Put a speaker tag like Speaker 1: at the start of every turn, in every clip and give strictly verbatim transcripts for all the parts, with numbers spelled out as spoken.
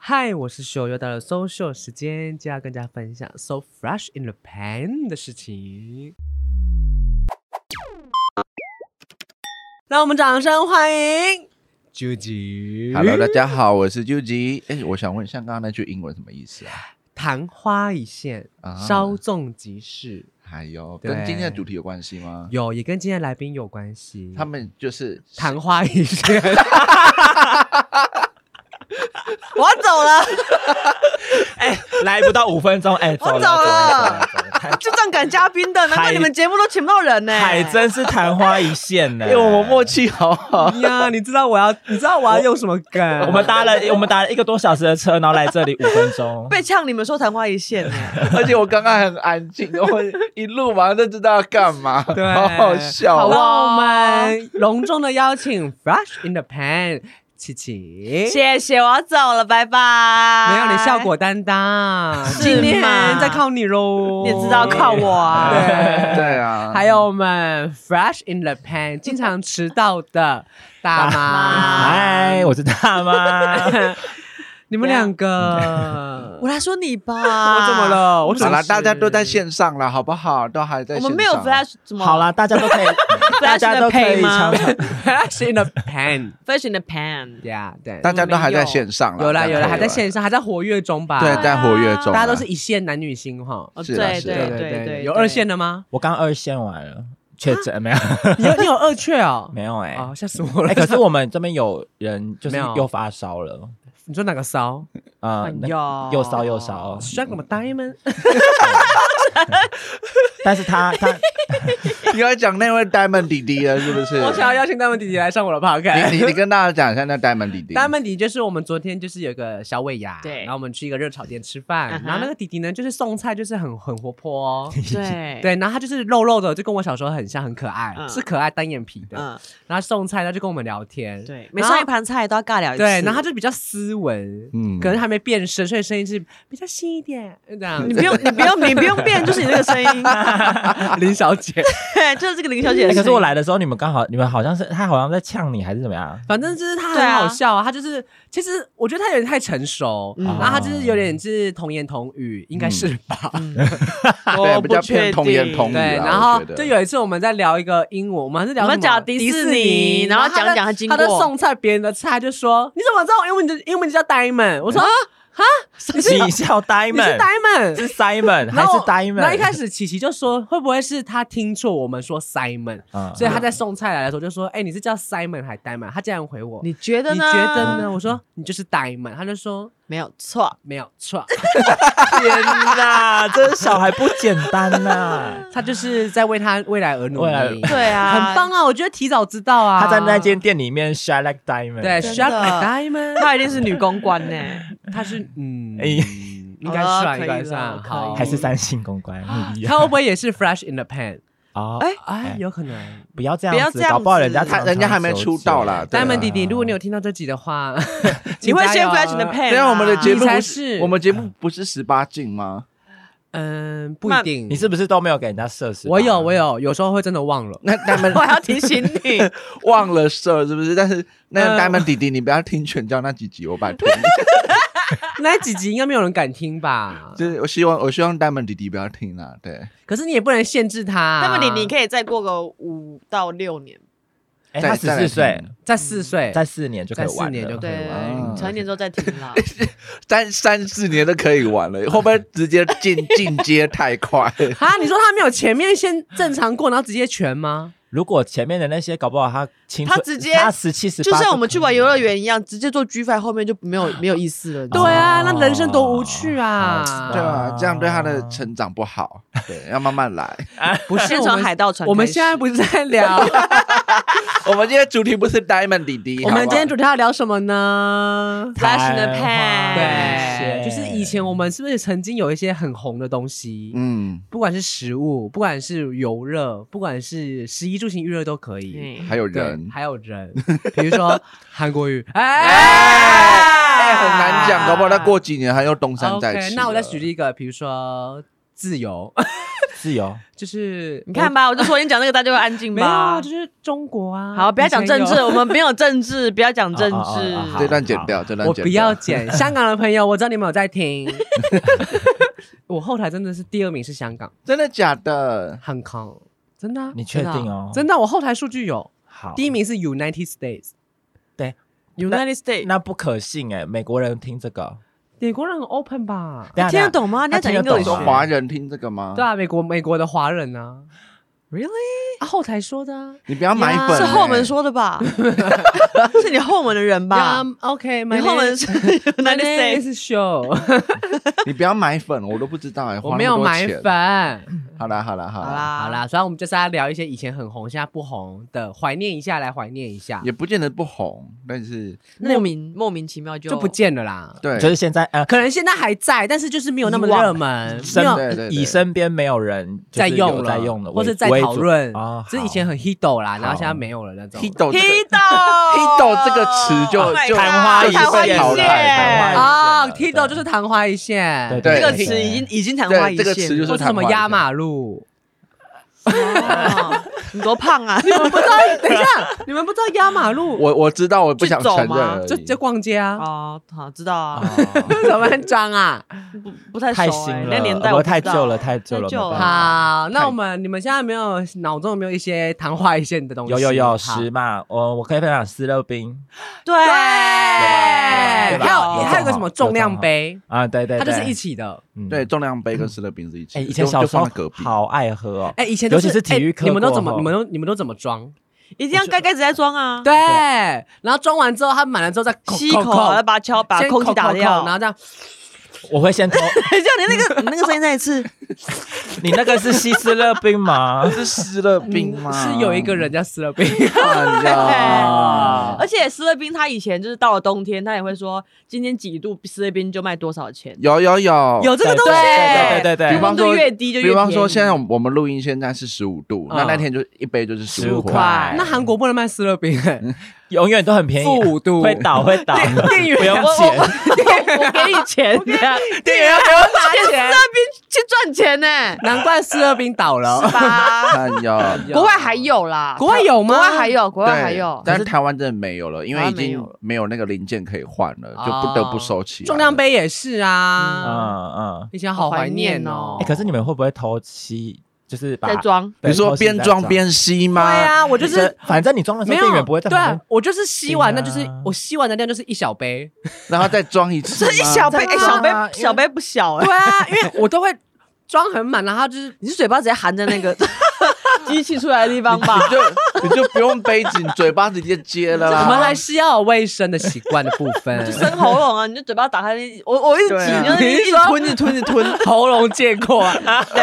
Speaker 1: 嗨，我是秀，又到了 So 秀时间，就要跟大家分享 So Fresh in the Pan 的事情。让我们掌声欢迎啾吉。
Speaker 2: Hello， 大家好，我是啾吉。哎，我想问，像刚刚那句英文什么意思啊？
Speaker 1: 昙花一现，啊、稍纵即逝。
Speaker 2: 还有跟今天的主题有关系吗？
Speaker 1: 有，也跟今天的来宾有关系。
Speaker 2: 他们就是
Speaker 1: 昙花一现。我要走了，
Speaker 3: 哎、欸，来不到五分钟，哎、欸，
Speaker 4: 我走了，就这样赶嘉宾的，难怪你们节目都请不到人呢、欸。
Speaker 3: 海真是昙花一现呢、欸，
Speaker 2: 因为我们默契好好
Speaker 1: 呀。你知道我要，你知道我要用什么梗？
Speaker 3: 我们搭了，我们搭了一个多小时的车，然后来这里五分钟，
Speaker 4: 被呛你们说昙花一现、欸，
Speaker 2: 而且我刚刚很安静，我一路马上就知道要干嘛，
Speaker 1: 对，
Speaker 2: 好好笑。
Speaker 1: 好，我们隆重的邀请 Fresh in the Pan。琪琪，
Speaker 4: 谢谢，我要走了，拜拜。
Speaker 1: 没有你效果担当，今天在靠你喽，
Speaker 4: 你也知道靠我啊。
Speaker 1: 对
Speaker 2: 对啊，
Speaker 1: 还有我们 Fresh in the Pan 经常迟到的大妈，
Speaker 3: 嗨，我是大妈。
Speaker 1: 你们两个，
Speaker 4: 我来说你吧。
Speaker 1: 我怎么了？我
Speaker 2: 好啦，大家都在线上了，好不好？都还在线上。
Speaker 4: 我们没有 Flash， 怎么？
Speaker 3: 好啦，大家都可以，大家都可以尝尝
Speaker 1: Flash in the Pan，Flash
Speaker 4: in the Pan，
Speaker 1: yeah， 对，
Speaker 2: 大家都还在线上了，
Speaker 1: 有啦有啦，还在线上，还在活跃中吧？
Speaker 2: 对，在活跃中，
Speaker 1: 大家都是一线男女星哈。
Speaker 2: 是
Speaker 4: 对
Speaker 1: 对
Speaker 4: 对对对，
Speaker 1: 有二线的吗？
Speaker 3: 我刚二线完了。确诊没有？
Speaker 1: 你有你有二确哦？
Speaker 3: 没有哎、欸，
Speaker 1: 哦吓死我了！
Speaker 3: 哎、欸，可是我们这边有人就是又发烧了。
Speaker 1: 你说哪个烧？
Speaker 3: 啊、呃，又烧又烧，
Speaker 1: 像什么 diamond？
Speaker 3: 但是他他，
Speaker 2: 你要讲那位 Diamond 弟弟了，是不是？
Speaker 1: 我想要邀请 Diamond 弟弟来上我的 podcast。
Speaker 2: 你你你跟大家讲一下那 Diamond 弟弟。
Speaker 1: Diamond 弟弟就是我们昨天就是有个小尾牙，
Speaker 4: 对，
Speaker 1: 然后我们去一个热炒店吃饭，
Speaker 4: uh-huh.
Speaker 1: 然后那个弟弟呢就是送菜就是很很活泼哦，
Speaker 4: 对
Speaker 1: 对，然后他就是肉肉的，就跟我小时候很像，很可爱，嗯、是可爱单眼皮的，嗯，然后送菜他就跟我们聊天，
Speaker 4: 对，每上一盘菜都要尬聊一次，
Speaker 1: 对，然后他就比较斯文，嗯，可能还没变声，所以声音是比较细一点，这样。
Speaker 4: 你不用，你不用，你不用变，就是你那个声音。
Speaker 1: 林小姐，
Speaker 4: 对，就是这个林小姐、
Speaker 3: 欸。可是我来的时候，你们刚好，你们好像是他好像在呛你，还是怎么样？
Speaker 1: 反正就是他很好笑啊，他就是其实我觉得他有点太成熟，嗯、然后他就是有点是童言童语，应该是吧？
Speaker 2: 嗯、对，比较偏童言童语。
Speaker 1: 对，然后就有一次我们在聊一个英文，我们还是聊
Speaker 4: 我们讲迪士尼，然后讲讲他经过，
Speaker 1: 他在送菜别人的菜，就说你怎么知道英文的英文就叫 Diamond？ 我说啊。哈，
Speaker 3: 你是你叫 Diamond，
Speaker 1: 你是 Diamond，
Speaker 3: 是 Simon 还是 Diamond？
Speaker 1: 然后一开始琪琪就说，会不会是他听错我们说 Simon，嗯、所以他在送菜来的时候就说，哎、欸，你是叫 Simon 还 Diamond？ 他竟然回我，
Speaker 4: 你觉得呢？
Speaker 1: 你觉得呢？我说你就是 Diamond， 他就说
Speaker 4: 没有错，
Speaker 1: 没有错。
Speaker 3: 天哪，这小孩不简单呐、啊！
Speaker 1: 他就是在为他未来而努力，
Speaker 4: 对啊，
Speaker 1: 很棒啊！我觉得提早知道啊。
Speaker 3: 他在那间店里面 shine like diamond，
Speaker 1: 对 ，shine like diamond，
Speaker 4: 他一定是女公关呢、欸。
Speaker 1: 他是嗯，应该算，应该算，好，
Speaker 3: 还是三星公关？
Speaker 1: 他会不会也是 fresh in the pan？
Speaker 3: 哦，
Speaker 1: 哎哎，有可能，
Speaker 3: 不要这样子，
Speaker 4: 不要这样子，
Speaker 3: 搞不好人家
Speaker 2: 他人家还没出道啦。
Speaker 1: Diamond弟弟，如果你有听到这集的话，
Speaker 4: 你会先 fresh in the pan？
Speaker 2: 虽然我们的节目
Speaker 1: 不是，
Speaker 2: 我们节目不是十八禁吗？
Speaker 1: 嗯，不一定。
Speaker 3: 你是不是都没有给人家设十八？
Speaker 1: 我有，我有，有时候会真的忘了。
Speaker 2: 那 Diamond，
Speaker 4: 我还要提醒你，
Speaker 2: 忘了设是不是？但是那个 Diamond 弟弟，你不要听全教那几集，我拜托你。
Speaker 1: 那几集应该没有人敢听吧？
Speaker 2: 就是我希望，我希望 Diamond 弟弟不要听啦。对，
Speaker 1: 可是你也不能限制他、啊。
Speaker 4: Diamond 弟弟，你可以再过个五到六年。
Speaker 3: 哎、欸，他十四岁，
Speaker 1: 在四岁，
Speaker 3: 在四年就可以玩了，
Speaker 1: 四年就可以
Speaker 4: 玩，成年之后再听啦。
Speaker 2: 三三四年都可以玩了，会不会直接进进阶太快？
Speaker 1: 啊，你说他没有前面先正常过，然后直接全吗？
Speaker 3: 如果前面的那些搞不好他青春，
Speaker 4: 他直接
Speaker 3: 他十七十八，
Speaker 4: 就像我们去玩游乐园一样，直接做 G 五 后面就没有没有意思了。
Speaker 1: 对啊，那人生多无趣啊！
Speaker 2: 对啊，这样对他的成长不好。对，要慢慢来。
Speaker 1: 不是
Speaker 4: 从海盗船，
Speaker 1: 我们现在不是在聊。
Speaker 2: 我们今天主题不是 Diamond 弟弟，
Speaker 1: 我们今天主题要聊什么呢
Speaker 4: ？Flash in the pan，
Speaker 1: 对，就是以前我们是不是曾经有一些很红的东西？嗯，不管是食物，不管是游乐，不管是食衣住行娱乐都可以，
Speaker 2: 还有人，
Speaker 1: 还有人，比如说韩国语，哎，
Speaker 2: 哎，很难讲，搞不好他过几年还又东山再起。
Speaker 1: 那我再举例一个，比如说自由。
Speaker 3: 自由？
Speaker 1: 就是
Speaker 4: 你看吧，我就说你讲那个大家就会安静吧。
Speaker 1: 没有啊，就是中国啊。
Speaker 4: 好，不要讲政治，我们没有政治，不要讲政治。
Speaker 2: 这段剪掉，这段剪掉。
Speaker 1: 我不要剪。香港的朋友，我知道你们有在听。我后台真的是第二名是香港，
Speaker 2: 真的假的？
Speaker 1: 香港真的、啊？
Speaker 3: 你确定哦？
Speaker 1: 真的，我后台数据有。
Speaker 3: 好，
Speaker 1: 第一名是 United States。
Speaker 3: 对
Speaker 4: ，United States
Speaker 3: 那不可信哎，美国人听这个。
Speaker 1: 美国人很 open 吧？
Speaker 4: 你听得懂吗？你要讲英文。
Speaker 2: 说华人听这个吗？
Speaker 1: 对啊，美国美国的华人啊
Speaker 4: ，Really？
Speaker 1: 啊，后台说的啊。
Speaker 2: 你不要买粉，
Speaker 4: 是后门说的吧？是你后门的人吧
Speaker 1: ？Yeah, OK，
Speaker 4: 你后门是 United States
Speaker 1: show。
Speaker 2: 你不要买粉，我都不知道哎，
Speaker 1: 我没有买粉。
Speaker 2: 好啦好啦好
Speaker 4: 啦
Speaker 1: 好啦，所以我们就是要聊一些以前很红、现在不红的，怀念一下，来怀念一下。
Speaker 2: 也不见得不红，但是
Speaker 4: 莫名莫名其妙就
Speaker 1: 就不见了啦。
Speaker 2: 对，
Speaker 3: 就是现在呃，
Speaker 1: 可能现在还在，但是就是没有那么热门，
Speaker 3: 身以身边没有人
Speaker 1: 在用
Speaker 3: 了，在用了，
Speaker 1: 或是在讨论。
Speaker 3: 啊，
Speaker 1: 就是以前很 hito 啦，然后现在没有了那种。
Speaker 2: hito
Speaker 4: hito
Speaker 2: 这个词就就
Speaker 3: 昙花一现
Speaker 1: 啊 ，hito 就是昙花一现，
Speaker 4: 这个词已经已经昙花一现。
Speaker 2: 这个词就是
Speaker 1: 什么压马路。
Speaker 4: 你多胖啊！
Speaker 1: 你们不知道？等一下，你们不知道压马路？
Speaker 2: 我我知道，我不想承认。
Speaker 1: 就就逛街啊！
Speaker 4: 哦，好，知道啊。
Speaker 1: 怎么很脏啊？
Speaker 4: 不不太
Speaker 3: 太新了，
Speaker 4: 那年代我
Speaker 3: 太旧了，太旧了。
Speaker 1: 好，那我们你们现在没有脑中有没有一些昙花一现的东西？
Speaker 3: 有有有，十嘛，我我可以分享斯乐冰。
Speaker 4: 对，
Speaker 1: 还有还有个什么重量杯
Speaker 3: 啊？对对，
Speaker 1: 它就是一起的。
Speaker 2: 对，重量杯跟斯乐冰是一起。
Speaker 3: 哎，以前小时候好爱喝哦。
Speaker 1: 哎，以前
Speaker 3: 尤其是体育课，
Speaker 1: 你们都怎么？你们都你们都怎么装？
Speaker 4: 一定要盖盖子再装啊！
Speaker 1: 对，然后装完之后，它满了之后再
Speaker 4: 吸一口，再把敲把空气打掉，
Speaker 1: 然后这样。
Speaker 3: 我会先偷。
Speaker 4: 这样你那个你那个声音再一次。
Speaker 3: 你那个是西斯乐冰吗？
Speaker 2: 是斯乐冰吗？
Speaker 1: 是有一个人叫斯乐冰。
Speaker 2: 哎呀！
Speaker 4: 而且斯乐冰他以前就是到了冬天，他也会说今天几度斯乐冰就卖多少钱。
Speaker 2: 有有有
Speaker 4: 有这个东西。
Speaker 3: 对对对。
Speaker 2: 比方说
Speaker 4: 越低就越便宜。
Speaker 2: 比方说现在我们录音现在是十五度，那那天就一杯就是十五块。
Speaker 1: 那韩国不能卖斯乐冰，
Speaker 3: 永远都很便宜，
Speaker 1: 负五度
Speaker 3: 会倒会倒，
Speaker 1: 店员
Speaker 3: 不用钱，
Speaker 4: 我给你钱，
Speaker 1: 店员要给我拿钱，
Speaker 4: 斯乐冰去赚钱呢，
Speaker 1: 难怪斯乐冰倒了。
Speaker 2: 哎呀，
Speaker 4: 国外还有啦，
Speaker 1: 国外有吗？
Speaker 4: 国外还有，国外还有，
Speaker 2: 但是台湾真的没有了，因为已经没有那个零件可以换了，就不得不收起。
Speaker 1: 重量杯也是啊，
Speaker 3: 嗯嗯，
Speaker 1: 以前好怀念哦。
Speaker 3: 哎，可是你们会不会偷吸？就是
Speaker 4: 在装，
Speaker 2: 你说边装边吸吗？
Speaker 1: 对啊，我就是
Speaker 3: 反正你装的时候店员不会在旁边。
Speaker 1: 对，我就是吸完，那就是我吸完的量就是一小杯，
Speaker 2: 然后再装一次。
Speaker 4: 这一小杯，哎，小杯小杯不小哎。
Speaker 1: 对啊，因为我都会装很满，然后就是
Speaker 4: 你是嘴巴直接含着那个机器出来的地方吧？
Speaker 2: 你就你就不用杯子，你嘴巴直接接了啦。
Speaker 1: 我们还是要有卫生的习惯的部分，
Speaker 4: 就生喉咙啊，你就嘴巴打开，我我一挤，你就一直吞，一直吞，一直吞，
Speaker 1: 喉咙借过啊。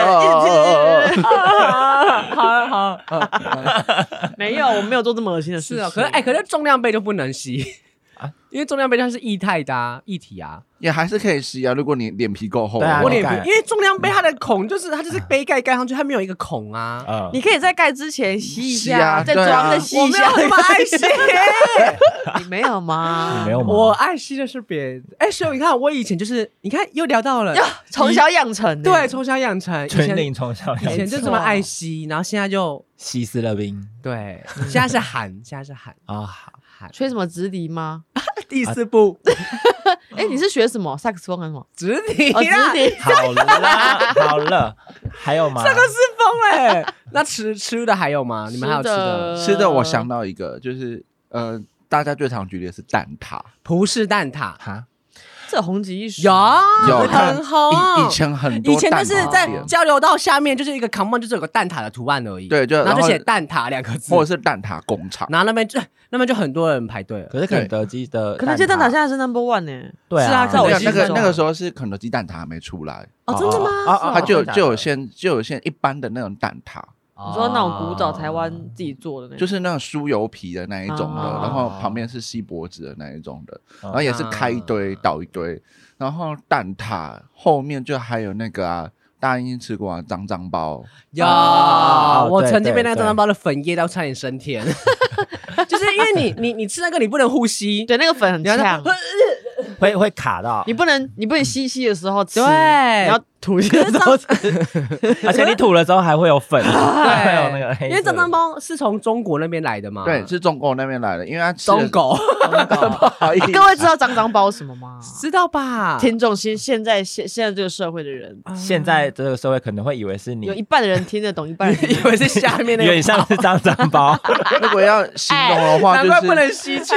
Speaker 1: 好好，
Speaker 4: 没有，我没有做这么恶心的事。
Speaker 1: 是啊，可是哎，可是重量杯就不能吸啊，因为重量杯它是液态的啊，液体啊。
Speaker 2: 也还是可以吸啊，如果你脸皮够厚。
Speaker 3: 对啊，
Speaker 1: 我脸皮，因为重量杯它的孔就是它就是杯盖盖上去，它没有一个孔啊。
Speaker 3: 嗯，
Speaker 4: 你可以在盖之前吸一下，再装再吸一下。
Speaker 1: 我没有那么爱吸，
Speaker 4: 你没有吗？
Speaker 3: 你没有吗？
Speaker 1: 我爱吸的是别人。哎，所以你看，我以前就是，你看又聊到了
Speaker 4: 从小养成，
Speaker 1: 对，从小养成，
Speaker 3: 纯领从小养成，
Speaker 1: 以前就这么爱吸，然后现在就
Speaker 3: 吸斯乐冰，
Speaker 1: 对，现在是喊，现在是喊
Speaker 3: 啊，好
Speaker 1: 喊，
Speaker 4: 吹什么直笛吗？
Speaker 1: 第四步。
Speaker 4: 哎，你是学什么？萨克斯风还是什么？
Speaker 1: 直笛，
Speaker 4: 直笛。
Speaker 3: 好了，好了，还有吗？
Speaker 1: 萨克斯风哎，那吃吃的还有吗？你们还有吃的？
Speaker 2: 吃的我想到一个，就是呃，大家最常举例的是蛋挞，
Speaker 1: 葡式蛋挞
Speaker 3: 哈。
Speaker 4: 这红极一时，
Speaker 1: 有
Speaker 2: 有
Speaker 1: 很红。
Speaker 2: 以前很多，
Speaker 1: 以前就是在交流道下面就是一个扛棒，就是有个蛋挞的图案而已。
Speaker 2: 对，就
Speaker 1: 然后就写蛋挞两个字，
Speaker 2: 或者是蛋挞工厂。
Speaker 1: 然后那边就那边就很多人排队了。
Speaker 3: 可是肯德基的，
Speaker 4: 肯德基蛋挞现在是 number one 呢。
Speaker 3: 对啊，
Speaker 1: 是啊，
Speaker 4: 在我
Speaker 2: 那个那个时候是肯德基蛋挞还没出来
Speaker 1: 哦，真的吗？
Speaker 2: 它就就有先就有先一般的那种蛋挞。
Speaker 4: 你说那种古早台湾自己做的那种，
Speaker 2: 就是那种酥油皮的那一种的，然后旁边是锡箔纸的那一种的，然后也是开一堆倒一堆，然后蛋挞后面就还有那个啊，大家一定吃过啊，脏脏包。
Speaker 1: 有，我曾经被那个脏脏包的粉噎到差点升天，就是因为你你你吃那个你不能呼吸，
Speaker 4: 对，那个粉很呛。
Speaker 3: 会会卡到。
Speaker 4: 你不能你不能吸吸的时候吃，
Speaker 1: 对
Speaker 4: 你要吐的时候吃。
Speaker 3: 而且你吐了之后还会有粉，还有那个黑色的。
Speaker 1: 因为脏脏包是从中国那边来的嘛。
Speaker 2: 对，是中国那边来的，因为他吃
Speaker 1: 中狗，
Speaker 2: 不好意思，
Speaker 4: 各位知道脏脏包是什么吗？
Speaker 1: 知道吧？
Speaker 4: 听众现现在现现在这个社会的人，
Speaker 3: 现在这个社会可能会以为是你，
Speaker 4: 有一半的人听得懂，一半人听
Speaker 1: 以为是下面那个，
Speaker 3: 有点像是脏脏包。
Speaker 2: 如果要形容的话，
Speaker 1: 难怪不能吸气。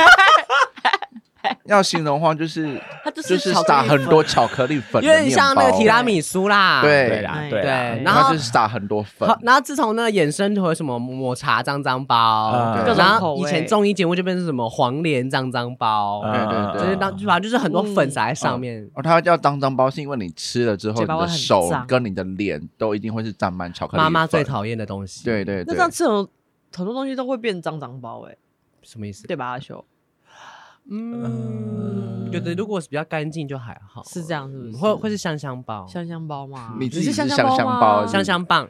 Speaker 2: 要形容的话，就是
Speaker 4: 它就
Speaker 2: 就是撒很多巧克力粉的
Speaker 1: 有
Speaker 2: 面包，
Speaker 1: 点像那个提拉米苏啦。
Speaker 2: 对
Speaker 3: 对啦，
Speaker 4: 对
Speaker 3: 对啦。
Speaker 1: 对然后
Speaker 2: 它就是撒很多粉。
Speaker 1: 好，然后自从那个衍生出什么抹茶脏脏包，
Speaker 3: 嗯
Speaker 1: 对
Speaker 4: 各种
Speaker 1: 然后以
Speaker 4: 口味
Speaker 1: 前综艺节目就变成什么黄连脏脏包，
Speaker 3: 嗯
Speaker 2: 对对对
Speaker 1: 就是当反正就是很多粉撒在上面。
Speaker 2: 哦，它会叫脏脏包，是因为你吃了之后，你
Speaker 4: 嘴巴会很
Speaker 2: 的手
Speaker 4: 脏
Speaker 2: 跟你的脸都一定会是沾满巧克力粉。
Speaker 1: 妈妈最讨厌的东西，
Speaker 2: 对对对
Speaker 4: 那这，样吃很很多东西都会变脏脏包，哎，
Speaker 1: 什么意思？
Speaker 4: 对吧，阿修？
Speaker 1: 嗯，有的如果是比较干净就还好，
Speaker 4: 是这样是不是？
Speaker 1: 会会是香香包，
Speaker 4: 香香包吗？
Speaker 2: 你自己是
Speaker 4: 香
Speaker 2: 香香
Speaker 4: 吗
Speaker 2: 包
Speaker 1: 香香棒，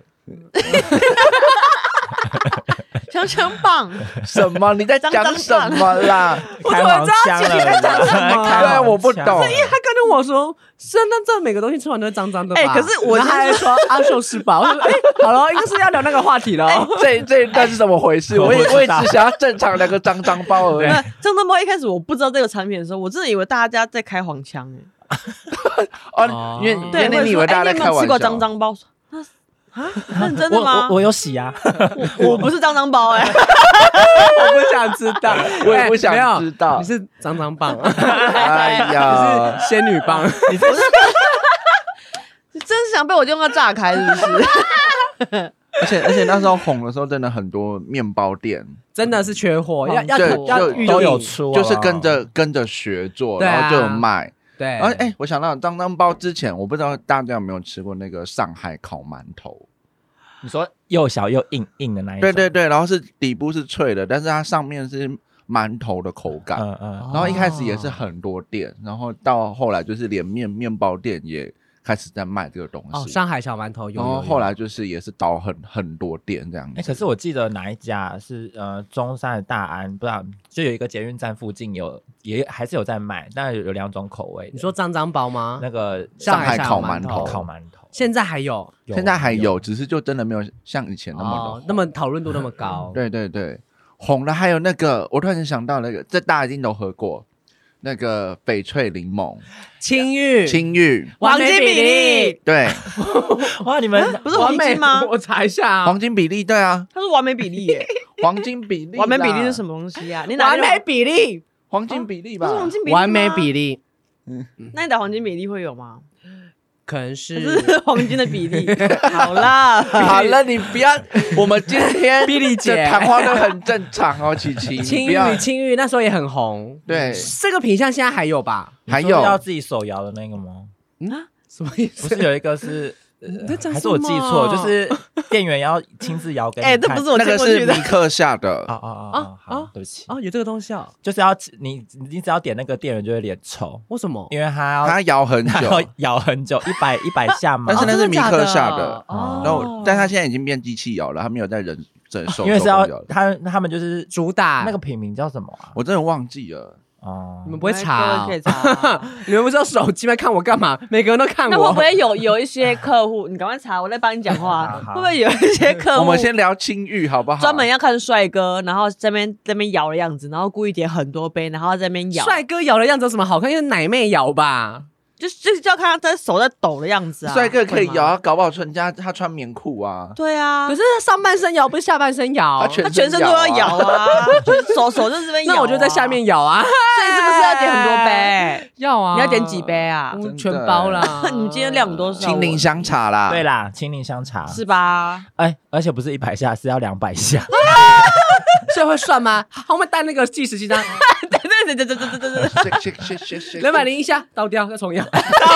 Speaker 4: 香香棒，
Speaker 2: 什么？你在讲什么啦？
Speaker 3: 开黄腔了，
Speaker 2: 对啊，我不懂。
Speaker 1: 他跟我说，是那这每个东西吃完都是脏脏的吧？
Speaker 4: 哎可是我
Speaker 1: 然后他还说阿秀吃饱，我说哎，好了，应该是要聊那个话题了。
Speaker 2: 这这一段是怎么回事？我也我也只想要正常聊个脏脏包而已。
Speaker 4: 脏脏包一开始我不知道这个产品的时候，我真的以为大家在开黄腔哎。
Speaker 2: 哦，因为因
Speaker 4: 对，
Speaker 2: 为你以为大家在开玩笑。
Speaker 4: 你有没有吃过脏脏包？啊，认真的吗？
Speaker 3: 我我有洗啊，
Speaker 4: 我我不是脏脏包哎，
Speaker 1: 我不想知道，
Speaker 2: 我也不想知道
Speaker 1: 你是脏脏棒，
Speaker 2: 哎呀，
Speaker 1: 你是仙女棒，你是
Speaker 4: 你真是想被我用到炸开是不是？
Speaker 2: 而且而且那时候红的时候，真的很多面包店
Speaker 1: 真的是缺货，要要
Speaker 2: 就就
Speaker 1: 要预
Speaker 3: 都有
Speaker 1: 定
Speaker 3: 出，
Speaker 2: 就是跟着跟着学做，
Speaker 1: 对啊
Speaker 2: 然后就有卖。
Speaker 1: 对，
Speaker 2: 然后哎，我想到脏脏包之前，我不知道大家有没有吃过那个上海烤馒头。
Speaker 3: 你说又小又硬硬的那一种，
Speaker 2: 对对对，然后是底部是脆的，但是它上面是馒头的口感。
Speaker 3: 嗯嗯，
Speaker 2: 然后一开始也是很多店，然后到后来就是连面面包店也开始在卖这个东西。
Speaker 1: 哦，上海小馒头有，
Speaker 2: 然后后来就是也是倒很很多店这样子。
Speaker 3: 哎，可是我记得哪一家是呃中山的大安，不知道就有一个捷运站附近有也还是有在卖，但有有两种口味。
Speaker 1: 你说脏脏包吗？
Speaker 3: 那个
Speaker 2: 上海烤
Speaker 1: 馒
Speaker 2: 馒头
Speaker 3: 烤馒头，
Speaker 1: 现在还有
Speaker 3: 有
Speaker 2: 现在还有，只是就真的没有像以前那么的红。
Speaker 1: 哦那么讨论度那么高。
Speaker 2: 对对对，红了。还有那个，我突然想到那个，这大家一定都喝过，那个翡翠柠檬、
Speaker 1: 青玉、
Speaker 2: 青玉，
Speaker 1: 黄金比例，
Speaker 2: 对，
Speaker 3: 哇，你们
Speaker 4: 不是黄金吗？
Speaker 1: 我查一下啊，
Speaker 2: 黄金比例，对啊，
Speaker 4: 它是完美比例耶，
Speaker 2: 黄金比例，
Speaker 4: 完美比例是什么东西啊？你哪
Speaker 1: 完美比例，
Speaker 2: 黄金比例吧？
Speaker 4: 不是黄金比例吗
Speaker 1: 完美比例，
Speaker 4: 那你打黄金比例会有吗？
Speaker 1: 可能是
Speaker 4: 是黄金的比例。好啦，
Speaker 2: 好了，你不要，我们今天
Speaker 1: 比利姐
Speaker 2: 的谈话都很正常哦，琪琪，
Speaker 1: 青
Speaker 2: 你不要
Speaker 1: 玉，青玉那时候也很红。
Speaker 2: 对，
Speaker 1: 这个品相现在还有吧？
Speaker 2: 还
Speaker 3: 你说要
Speaker 2: 有
Speaker 3: 自己手摇的那个吗？
Speaker 1: 什么意思？
Speaker 3: 不是有一个是，呃
Speaker 1: 在讲
Speaker 3: 还是我记错？
Speaker 1: 什么
Speaker 3: 就是店员要亲自摇给你
Speaker 4: 哎，
Speaker 3: 看。
Speaker 4: 这不是我
Speaker 2: 那个是
Speaker 4: 见过去的
Speaker 2: 米。克夏的
Speaker 3: 哦，哦哦
Speaker 1: 啊
Speaker 3: 哦，好
Speaker 1: 啊，
Speaker 3: 对不起，
Speaker 1: 哦，有这个东西啊？
Speaker 3: 就是要你你只要点那个店员就会脸臭，
Speaker 1: 为什么？
Speaker 3: 因为他要
Speaker 2: 他摇很久，
Speaker 3: 他要摇很久，一百一百下嘛。
Speaker 2: 但是那是米克夏的，
Speaker 1: 哦
Speaker 2: 然后但他现在已经变机器摇了，他没有在人人手，
Speaker 3: 因为是要
Speaker 2: 手工摇了
Speaker 3: 他他们就是
Speaker 1: 主打
Speaker 3: 那个品名叫什么啊？
Speaker 2: 我真的忘记了。
Speaker 3: 哦
Speaker 1: 你们不会查啊？
Speaker 4: 可以查啊。
Speaker 1: 你们不是有手机吗？看我干嘛？每个人都看
Speaker 4: 那会
Speaker 1: 我。
Speaker 4: 不会有有一些客户？你赶快查，我在帮你讲话。
Speaker 3: 好好
Speaker 4: 会不会有一些客户？
Speaker 2: 我们先聊青玉好不好？
Speaker 4: 专门要看帅哥，然后这边这边摇的样子，然后故意点很多杯，然后在那边摇，
Speaker 1: 帅哥摇的样子有什么好看？因为奶妹摇吧。
Speaker 4: 就是就是要看他在手在抖的样子啊。
Speaker 2: 帅哥可以
Speaker 4: 会吗
Speaker 2: 摇，搞不好人家他穿棉裤啊，
Speaker 4: 对啊，
Speaker 1: 可是他上半身摇，不是下半身摇
Speaker 2: 他。全
Speaker 4: 他全身都要摇啊，就是手手就这边摇啊。
Speaker 1: 那我就在下面摇啊。
Speaker 4: 所以是不是要点很多杯？
Speaker 1: 要啊。
Speaker 4: 你要点几杯啊？
Speaker 1: 我
Speaker 2: 真的
Speaker 1: 全包啦。
Speaker 4: 你今天量多少？
Speaker 2: 青柠香茶啦，
Speaker 3: 对啦，青柠香茶
Speaker 4: 是吧？
Speaker 3: 哎，而且不是一百下，是要两百下。
Speaker 1: 所以会算吗？好，我们带那个计时器单，
Speaker 4: 对对对对对对对对，
Speaker 2: shake shake shake shake shake，
Speaker 1: 两百零一下倒掉，再重摇。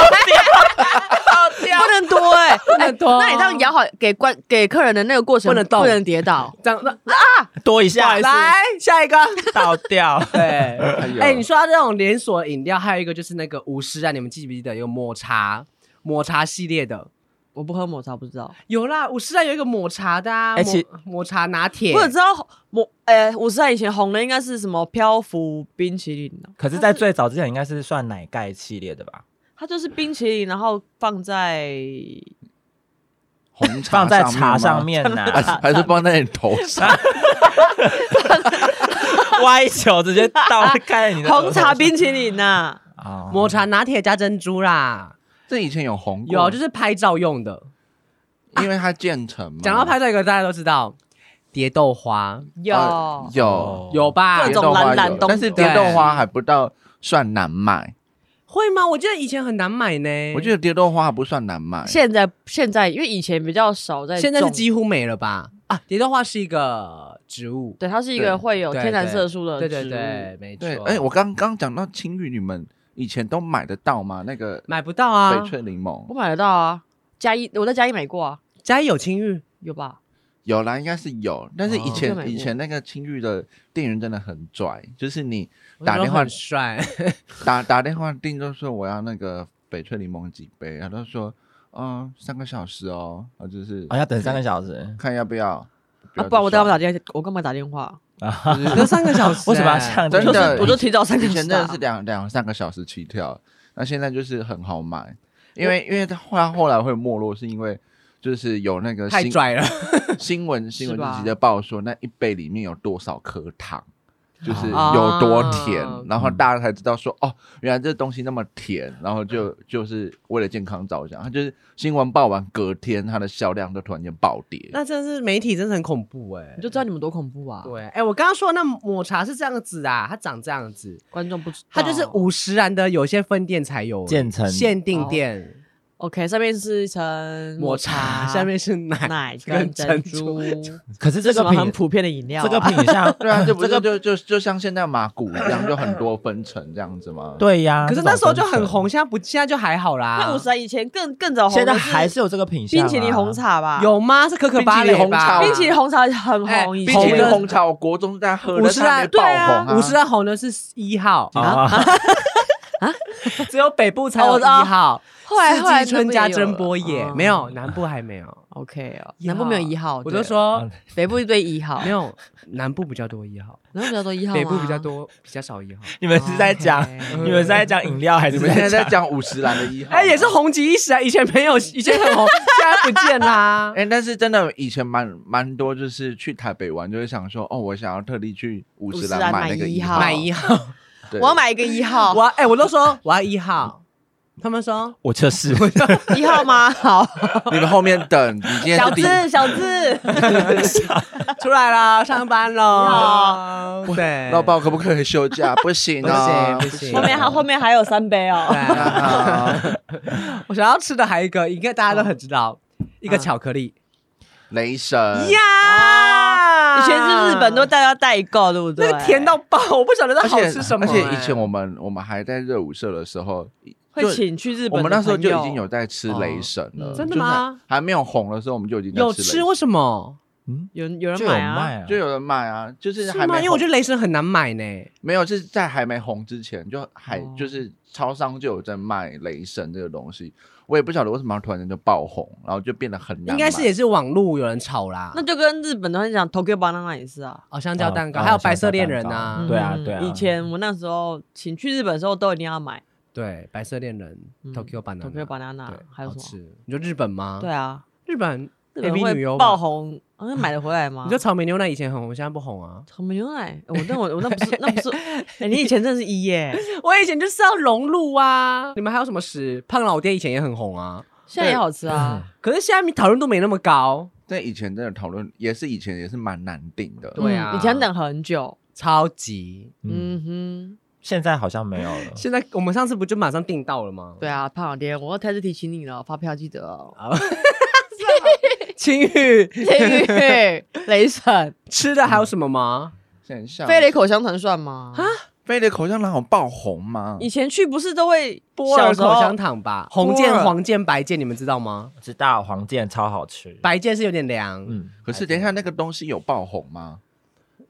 Speaker 4: 不能多哎，
Speaker 1: 不能多
Speaker 4: 那你这样摇好，给观给客人的那个过程
Speaker 1: 不能动
Speaker 4: 不能跌倒。
Speaker 1: 这样，那
Speaker 3: 多一下
Speaker 1: 来下一个。
Speaker 3: 倒掉。
Speaker 1: 对，
Speaker 2: 哎呦
Speaker 1: 哎，你说到这种连锁饮料，还有一个就是那个无师啊，你们记不记得有抹茶抹茶系列的？
Speaker 4: 我不喝抹茶，不知道。
Speaker 1: 有啦，五十岚有一个抹茶的啊，
Speaker 3: 欸其
Speaker 1: 抹抹茶拿铁。
Speaker 4: 我只知道抹，呃，五十岚以前红的应该是什么漂浮冰淇淋呢？
Speaker 3: 可是，在最早之前应该是算奶盖系列的吧？
Speaker 4: 它就是冰淇淋，然后放在
Speaker 2: 红茶
Speaker 3: 放在茶上面呐、
Speaker 2: 还是还是放在你头上？
Speaker 3: 歪球直接倒开你的
Speaker 4: 红茶冰淇淋呐、
Speaker 3: 啊！哦
Speaker 1: 抹茶拿铁加珍珠啦，
Speaker 2: 这以前有红过，
Speaker 1: 有就是拍照用的。
Speaker 2: 因为它渐层嘛。
Speaker 1: 讲到拍照，一个大家都知道，蝶豆花
Speaker 4: 有、
Speaker 2: 啊有
Speaker 3: 哦
Speaker 1: 有吧？
Speaker 4: 各种
Speaker 2: 蝶豆花
Speaker 4: 蓝蓝东
Speaker 2: 有但是蝶豆花还不到算难买。
Speaker 1: 会吗？我记得以前很难买呢。
Speaker 2: 我觉得蝶豆花还不算难买。
Speaker 4: 现在现在因为以前比较少在种，
Speaker 1: 现在是几乎没了吧？啊，蝶豆花是一个植物，
Speaker 4: 对，它是一个会有
Speaker 1: 对
Speaker 4: 天然色素的
Speaker 1: 对
Speaker 4: 植物。
Speaker 1: 对对，没错。
Speaker 2: 对，哎、我刚刚讲到青玉，你们以前都买得到吗？那个
Speaker 1: 买不到啊
Speaker 2: 翡，翠柠檬
Speaker 4: 我买得到啊，嘉义我在嘉义买过啊，
Speaker 1: 嘉义有青玉，
Speaker 4: 有吧？
Speaker 2: 有啦，应该是有，但是以前、
Speaker 4: 哦就买过
Speaker 2: 以前那个青玉的店员真的很拽，就是你
Speaker 1: 我觉得
Speaker 2: 打电话
Speaker 1: 很帅，
Speaker 2: 打打电话订，就说我要那个翡翠柠檬几杯，他都说嗯三个小时哦，啊就是
Speaker 3: 哦，要等三个小时
Speaker 2: 看要不要，
Speaker 4: 啊，不然我
Speaker 2: 就算
Speaker 4: 干嘛打电话？我干嘛打电话？
Speaker 3: 啊！
Speaker 1: 隔三个小时，
Speaker 3: 为什么要
Speaker 1: 哎
Speaker 3: 这样？
Speaker 4: 就是
Speaker 2: 真的
Speaker 4: 我就提早三个小时
Speaker 2: 以前真的
Speaker 4: 打
Speaker 2: 是两两三个小时起跳，那现在就是很好买，因为因为它后来后来会没落，是因为就是有那个新
Speaker 1: 太拽了？
Speaker 2: 新闻新闻
Speaker 4: 是吧
Speaker 2: 就直接报说那一杯里面有多少颗糖，就是
Speaker 1: 啊
Speaker 2: 有多甜，
Speaker 1: 嗯
Speaker 2: 然后大家才知道说哦，原来这东西那么甜，然后就就是为了健康着想，它就是新闻报完隔天它的销量就突然间暴跌。
Speaker 1: 那真的是媒体真的很恐怖哎、
Speaker 4: 你就知道你们多恐怖啊！
Speaker 1: 对，哎、我刚刚说那抹茶是这样子啊，它长这样子，
Speaker 4: 观众不知道，
Speaker 1: 它就是五十岚的有些分店才有
Speaker 3: 渐层
Speaker 1: 限定店、
Speaker 4: OK，上面是一层
Speaker 1: 抹茶，下面是奶
Speaker 4: 奶
Speaker 1: 跟
Speaker 4: 跟珍
Speaker 1: 珍
Speaker 4: 珠，
Speaker 3: 可是
Speaker 4: 这
Speaker 3: 这个品
Speaker 4: 什么很普遍的饮料啊、
Speaker 3: 这个品相，
Speaker 2: 对啊，这不是
Speaker 3: 这个
Speaker 2: 就就就像现在马古一样，就很多分层这样子吗？
Speaker 3: 对呀。
Speaker 1: 可是那时候就很红，现在不，现在就还好啦。
Speaker 4: 那五十岚以前更更早红的
Speaker 3: 现在还是有这个品相啊。
Speaker 4: 冰淇淋红茶吧？
Speaker 1: 有吗？是可可芭蕾
Speaker 2: 冰淇淋红茶
Speaker 1: 吧？
Speaker 4: 冰淇淋红茶很
Speaker 1: 哎
Speaker 4: 红，以
Speaker 2: 冰淇
Speaker 4: 前
Speaker 2: 淋红茶，我国中在喝，
Speaker 1: 五十岚
Speaker 2: 但是还没爆
Speaker 4: 对啊
Speaker 2: 红啊。
Speaker 1: 五十岚红的是一号，
Speaker 3: 啊，
Speaker 1: 只有北部才有一
Speaker 4: 哦我知道
Speaker 1: 号。
Speaker 4: 后来
Speaker 1: 四
Speaker 4: 后来
Speaker 1: 季春加
Speaker 4: 那边有
Speaker 1: 真波野
Speaker 4: 哦
Speaker 1: 没有，南部还没有。
Speaker 4: OK 哦，
Speaker 1: 一号
Speaker 4: 南部没有一号，
Speaker 1: 我
Speaker 4: 对
Speaker 1: 就说
Speaker 4: 北部一堆一号，
Speaker 1: 没有，南部比较多一号，
Speaker 4: 南部比较多一号，
Speaker 1: 北部比较。多，比较少一号。
Speaker 3: 你们是在讲
Speaker 4: OK
Speaker 3: 你们是在讲饮料还是
Speaker 2: 你们现在在
Speaker 3: 讲？
Speaker 2: 讲五十岚的一号？
Speaker 1: 哎，也是红极一时啊！以前没有，以前很红，现在不见啦。
Speaker 2: 哎、但是真的以前蛮蛮多，就是去台北玩，就会想说，哦，我想要特地去五十岚买那个一号，
Speaker 4: 买
Speaker 1: 买一号，
Speaker 2: 对
Speaker 4: 我要买一个一号，
Speaker 1: 我哎，我都说我要一号，他们说
Speaker 3: 我就是
Speaker 4: 一号吗？好，
Speaker 2: 你们后面等，你今天
Speaker 4: 小
Speaker 2: 是第
Speaker 4: 智小智，
Speaker 1: 出来了，上班了。对，
Speaker 2: 老鸨可不可以休假？不行
Speaker 1: 不
Speaker 2: 啊，
Speaker 1: 行不行
Speaker 4: 后面还后面还有三杯哦。
Speaker 1: 对
Speaker 2: 啊
Speaker 1: 我想要吃的还有一个，应该大家都很知道，一个巧克力
Speaker 2: 雷神
Speaker 1: 呀。
Speaker 4: 以前是日本都大家代购，对不对？
Speaker 1: 那个甜到爆，我不晓得它好
Speaker 2: 而且
Speaker 1: 吃什么。
Speaker 2: 而且
Speaker 1: 哎
Speaker 2: 以前我们我们还在热舞社的时候，
Speaker 4: 会
Speaker 2: 就
Speaker 4: 请去日本的朋友。
Speaker 2: 我们那时候就已经有在吃雷神了，
Speaker 4: 哦
Speaker 1: 真的吗？
Speaker 2: 就是还没有红的时候，我们就已经在
Speaker 1: 有吃，
Speaker 2: 吃雷神，
Speaker 1: 为什么？
Speaker 4: 有人有人
Speaker 3: 就有
Speaker 4: 买啊，
Speaker 3: 卖啊，
Speaker 2: 就有人卖啊，就是
Speaker 1: 是吗？
Speaker 2: 还没红，
Speaker 1: 因为我觉得雷神很难买呢。
Speaker 2: 没有，是在还没红之前，就还、
Speaker 4: 哦
Speaker 2: 就是超商就有在卖雷神这个东西，我也不晓得为什么突然间就爆红，然后就变得很难买。
Speaker 1: 应该是也是网路有人炒啦。
Speaker 4: 那就跟日本的很讲 Tokyo Banana 也是啊。
Speaker 1: 哦，香蕉蛋糕，
Speaker 3: 哦
Speaker 1: 还有白色恋人啊
Speaker 3: 嗯，对啊对啊
Speaker 4: 以前我那时候请去日本的时候都一定要买
Speaker 1: 对，白色恋人
Speaker 4: 嗯
Speaker 1: Tokyo Banana
Speaker 4: Tokyo Banana，
Speaker 1: 对，
Speaker 4: 还有什么？
Speaker 1: 好吃？你说日本吗？
Speaker 4: 对，啊，
Speaker 1: 日本
Speaker 4: 日
Speaker 1: A
Speaker 4: 本
Speaker 1: V 女优
Speaker 4: 会
Speaker 1: 吧
Speaker 4: 爆红，啊买得回来吗？
Speaker 1: 你说草莓牛奶以前很红，现在不红啊？
Speaker 4: 草莓牛奶，我那我我那不是那不是，哎，你以前真的是一耶，
Speaker 1: 我以前就是要融入啊。你们还有什么食？胖老爹以前也很红啊，
Speaker 4: 现在也好吃啊。
Speaker 1: 可是现在讨论度没那么高。
Speaker 2: 在以前真的讨论，也是以前也是蛮难定的。
Speaker 1: 对啊
Speaker 4: 嗯以前等很久。
Speaker 1: 超级。
Speaker 3: 嗯，
Speaker 4: 嗯
Speaker 3: 现在好像没有了。
Speaker 1: 现在我们上次不就马上订到了吗
Speaker 4: 哼，？对啊，胖老爹，我要再次提醒你了，发票记得哦。
Speaker 1: 青玉
Speaker 4: 天宇雷神，
Speaker 1: 吃的还有什么吗？
Speaker 2: 现在像
Speaker 4: 飞雷口香糖算吗？
Speaker 2: 飞雷口香糖有爆红吗？
Speaker 4: 以前去不是都会
Speaker 1: 波尔
Speaker 4: 小时候
Speaker 1: 口香糖吧，红箭、黄箭、白箭，你们知道吗？
Speaker 3: 知道黄健超好吃。
Speaker 1: 白箭是有点凉，
Speaker 3: 嗯，
Speaker 2: 可是等一下那个东西有爆红吗？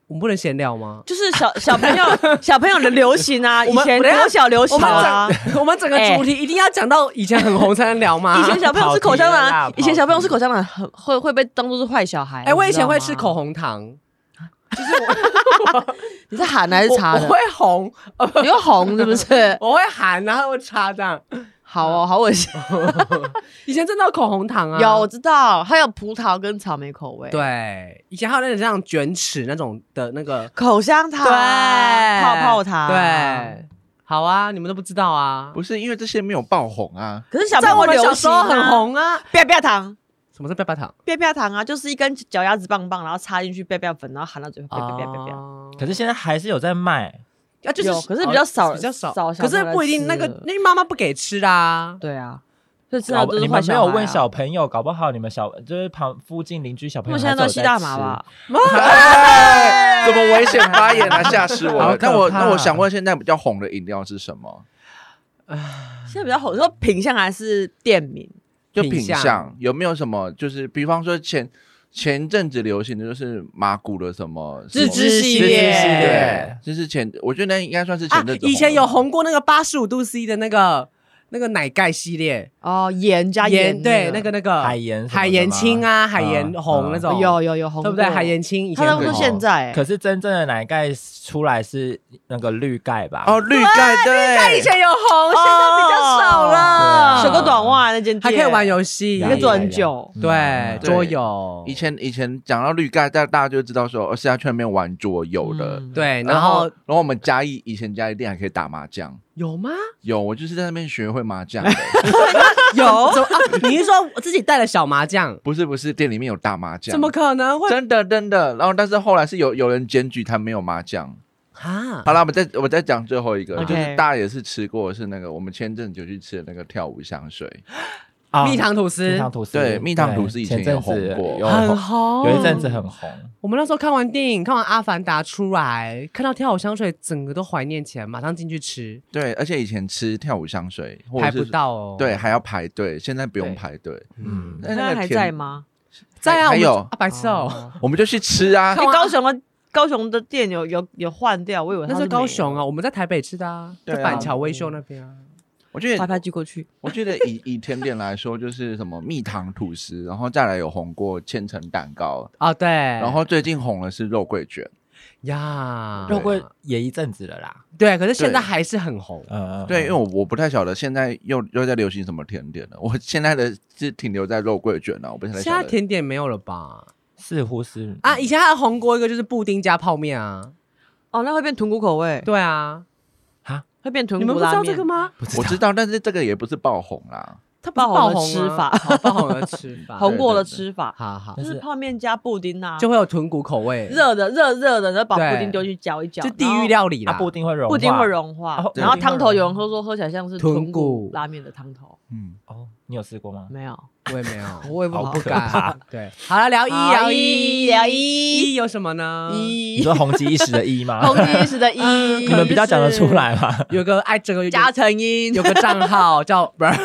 Speaker 1: 我们不能闲聊吗？
Speaker 4: 就是小小朋友小朋友的流行啊，以前国小流行啊，
Speaker 1: 我们整个主题一定要讲到以前很红才能聊吗？
Speaker 4: 以前小朋友吃口香糖，以前小朋友吃口香糖很会会被当作是坏小孩。
Speaker 1: 哎，我以前会吃口红糖，就是我
Speaker 4: 你是含还是擦的？
Speaker 1: 我会红，
Speaker 4: 你会红是不是？
Speaker 1: 我会含，然后会擦这样。
Speaker 4: 好哦，好恶心。
Speaker 1: 以前真的有口红糖啊，
Speaker 4: 有我知道，还有葡萄跟草莓口味。
Speaker 1: 对，以前还有那种像卷尺那种的那个
Speaker 4: 口香糖，
Speaker 1: 对，
Speaker 4: 泡泡糖，
Speaker 1: 对。好啊，你们都不知道啊？
Speaker 2: 不是因为这些没有爆红啊，
Speaker 4: 可是小朋友
Speaker 1: 在我们小时候很红啊，
Speaker 4: 啪啪糖。
Speaker 1: 什么是啪啪糖？
Speaker 4: 啪啪糖啊，就是一根脚丫子棒棒，然后插进去啪啪粉，然后含到嘴巴啪啪啪啪啪。
Speaker 3: 可是现在还是有在卖。
Speaker 1: 啊，就是
Speaker 4: 可是比较少，
Speaker 1: 比较少，
Speaker 4: 少
Speaker 1: 可是不一定。那个那妈妈不给吃啊。
Speaker 4: 对啊，所以知道
Speaker 3: 你们没有问小朋友，搞不好你们小就是旁附近邻居小朋友，
Speaker 4: 他们现在都吸大麻吧？
Speaker 2: 怎么危险发言啊？吓死我了！那我那我想问，现在比较红的饮料是什么？
Speaker 4: 现在比较红，说品相还是店名？
Speaker 2: 就品相有没有什么？就是比方说前。前阵子流行的就是麻古的什么
Speaker 4: 芝芝系列，
Speaker 2: 就是前我觉得那应该算是前阵子、
Speaker 1: 啊、以前有红过那个八十五度 C 的那个那个奶盖系列
Speaker 4: 哦，盐加盐、那個、
Speaker 1: 对那个那个
Speaker 3: 海盐
Speaker 1: 海盐青啊，海盐红那种、
Speaker 4: 嗯、有有有红，
Speaker 1: 对不对？海盐青以前
Speaker 4: 它都是现在、欸，
Speaker 3: 可是真正的奶盖出来是那个绿盖吧？
Speaker 2: 哦，绿盖对，
Speaker 1: 绿盖以前有红，现在比较少了。
Speaker 4: 小个短袜那件
Speaker 1: 还可以玩游戏，
Speaker 4: 可以做很久，
Speaker 1: 对桌游。
Speaker 2: 以前以前讲到绿盖，大大家就知道说，哦，是在去那边玩桌游的。
Speaker 1: 嗯、对，
Speaker 2: 然后然后我们嘉义以前嘉义店还可以打麻将。
Speaker 1: 有吗？
Speaker 2: 有，我就是在那边学会麻将的。
Speaker 1: 有、啊？你是说我自己带了小麻将？
Speaker 2: 不是不是，店里面有大麻将。
Speaker 1: 怎么可能会？
Speaker 2: 真的真的。然后但是后来是有有人检举他没有麻将。啊，好了，我们再我再讲最后一个， okay. 就是大家也是吃过，是那个我们前阵子就去吃的那个跳舞香水。
Speaker 1: 啊、蜜糖吐司，
Speaker 3: 蜜糖吐司，
Speaker 2: 对，蜜糖吐司以前也红过，
Speaker 1: 很红，
Speaker 3: 有一阵子很红。
Speaker 1: 我们那时候看完电影，看完《阿凡达》出来，看到跳舞香水，整个都怀念起来，马上进去吃。
Speaker 2: 对，而且以前吃跳舞香水
Speaker 1: 排不到哦，
Speaker 2: 对，还要排队，现在不用排队。
Speaker 4: 嗯，现在还在吗？
Speaker 1: 在啊，
Speaker 2: 还有
Speaker 1: 啊，白痴哦，
Speaker 2: 我们就去吃啊。
Speaker 4: 因为高雄的高雄的店有有有换掉，我以为
Speaker 1: 那是高雄啊，我们在台北吃的啊，在板桥威秀那边啊。
Speaker 2: 我觉得
Speaker 4: 拍拍寄过去。
Speaker 2: 我觉得以以甜点来说，就是什么蜜糖吐司，然后再来有红过千层蛋糕
Speaker 1: 啊，对。
Speaker 2: 然后最近红的是肉桂卷
Speaker 1: 呀，
Speaker 3: 肉桂也一阵子了啦。
Speaker 1: 对，可是现在还是很红。
Speaker 2: 嗯，对，因为我我不太晓得现在又又在流行什么甜点了。我现在的是停留在肉桂卷了，我不太晓得。
Speaker 1: 现在甜点没有了吧？
Speaker 3: 似乎是
Speaker 1: 啊，以前还红过一个就是布丁加泡面啊。
Speaker 4: 哦，那会变豚骨口味。
Speaker 1: 对啊。
Speaker 4: 会变豚骨
Speaker 1: 拉面，你们不知道这个吗？
Speaker 2: 我知道，但是这个也不是爆红啦，
Speaker 1: 它
Speaker 4: 爆红的吃法，
Speaker 1: 爆红的吃法，
Speaker 4: 红过的吃法，
Speaker 1: 好好，
Speaker 4: 就是泡面加布丁啊，
Speaker 1: 就会有豚骨口味，
Speaker 4: 热的热热的，然后把布丁丢去搅一搅，
Speaker 1: 就地狱料理啦，
Speaker 3: 布丁会融化，
Speaker 4: 布丁会融化，然后汤头有人喝说喝起来像是豚骨拉面的汤头，
Speaker 2: 嗯，
Speaker 3: 哦，你有试过吗？
Speaker 4: 没有，
Speaker 1: 我也没有，
Speaker 4: 我也不
Speaker 1: 不敢。对，好了，聊一聊一
Speaker 4: 聊一
Speaker 1: 一有什么呢？
Speaker 4: 一，
Speaker 3: 你说红极一时的一吗？
Speaker 4: 红极一时的一，
Speaker 3: 你们比较讲得出来吗？
Speaker 1: 有个爱这个
Speaker 4: 加成音，
Speaker 1: 有个账号叫不是，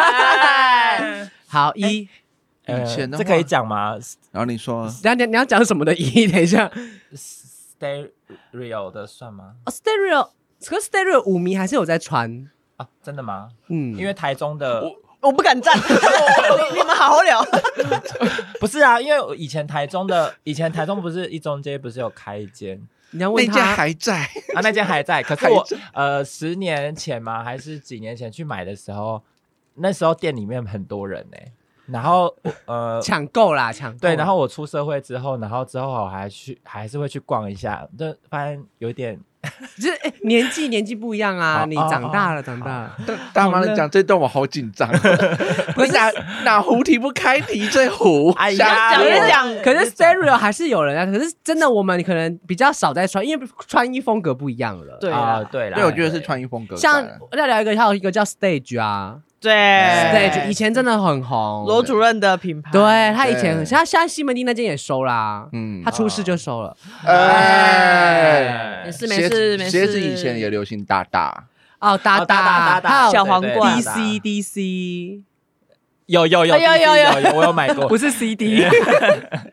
Speaker 1: 好一，
Speaker 2: 以前的
Speaker 3: 这可以讲吗？
Speaker 2: 然后你说，
Speaker 1: 等下你要讲什么的一？等一下
Speaker 3: ，Stereo 的算吗？
Speaker 1: 哦 ，Stereo， 可是 Stereo 舞迷还是有在传
Speaker 3: 啊？真的吗？
Speaker 1: 嗯，
Speaker 3: 因为台中的。
Speaker 4: 我不敢站，你们好好聊。
Speaker 3: 不是啊，因为以前台中的，以前台中不是一中街不是有开一间，
Speaker 1: 你要问他
Speaker 2: 那间还在
Speaker 3: 啊，那间还在。可是我呃十年前嘛，还是几年前去买的时候，那时候店里面很多人呢、欸，然后呃
Speaker 1: 抢购啦，抢购。
Speaker 3: 对，然后我出社会之后，然后之后我还去还是会去逛一下，就发现有点。
Speaker 1: 就是、欸、年纪年纪不一样啊，你长大了，长大了。
Speaker 2: 大妈的讲这段我好紧张，不是哪哪壶题不开题最糊。
Speaker 3: 哎呀，
Speaker 4: 讲一讲，
Speaker 1: 可是 Stereo 还是有人啊，可是真的我们可能比较少在穿，因为穿衣风格不一样了。
Speaker 4: 对
Speaker 3: 啊，对啦，
Speaker 2: 对，我觉得是穿衣风格。
Speaker 1: 像要聊一个，还有一个叫 Stage 啊。
Speaker 4: 对
Speaker 1: ，Stage 以前真的很红，
Speaker 4: 罗主任的品牌。
Speaker 1: 对他以前，现在现在西门町那间也收啦，嗯，他出事就收了。
Speaker 2: 哎，
Speaker 4: 没事没事没事。
Speaker 2: 鞋子以前也流行大大
Speaker 1: 哦，大大
Speaker 3: 大
Speaker 4: 小皇冠
Speaker 1: ，D C D C，
Speaker 3: 有有有有有有有，我有买过，
Speaker 1: 不是 C D。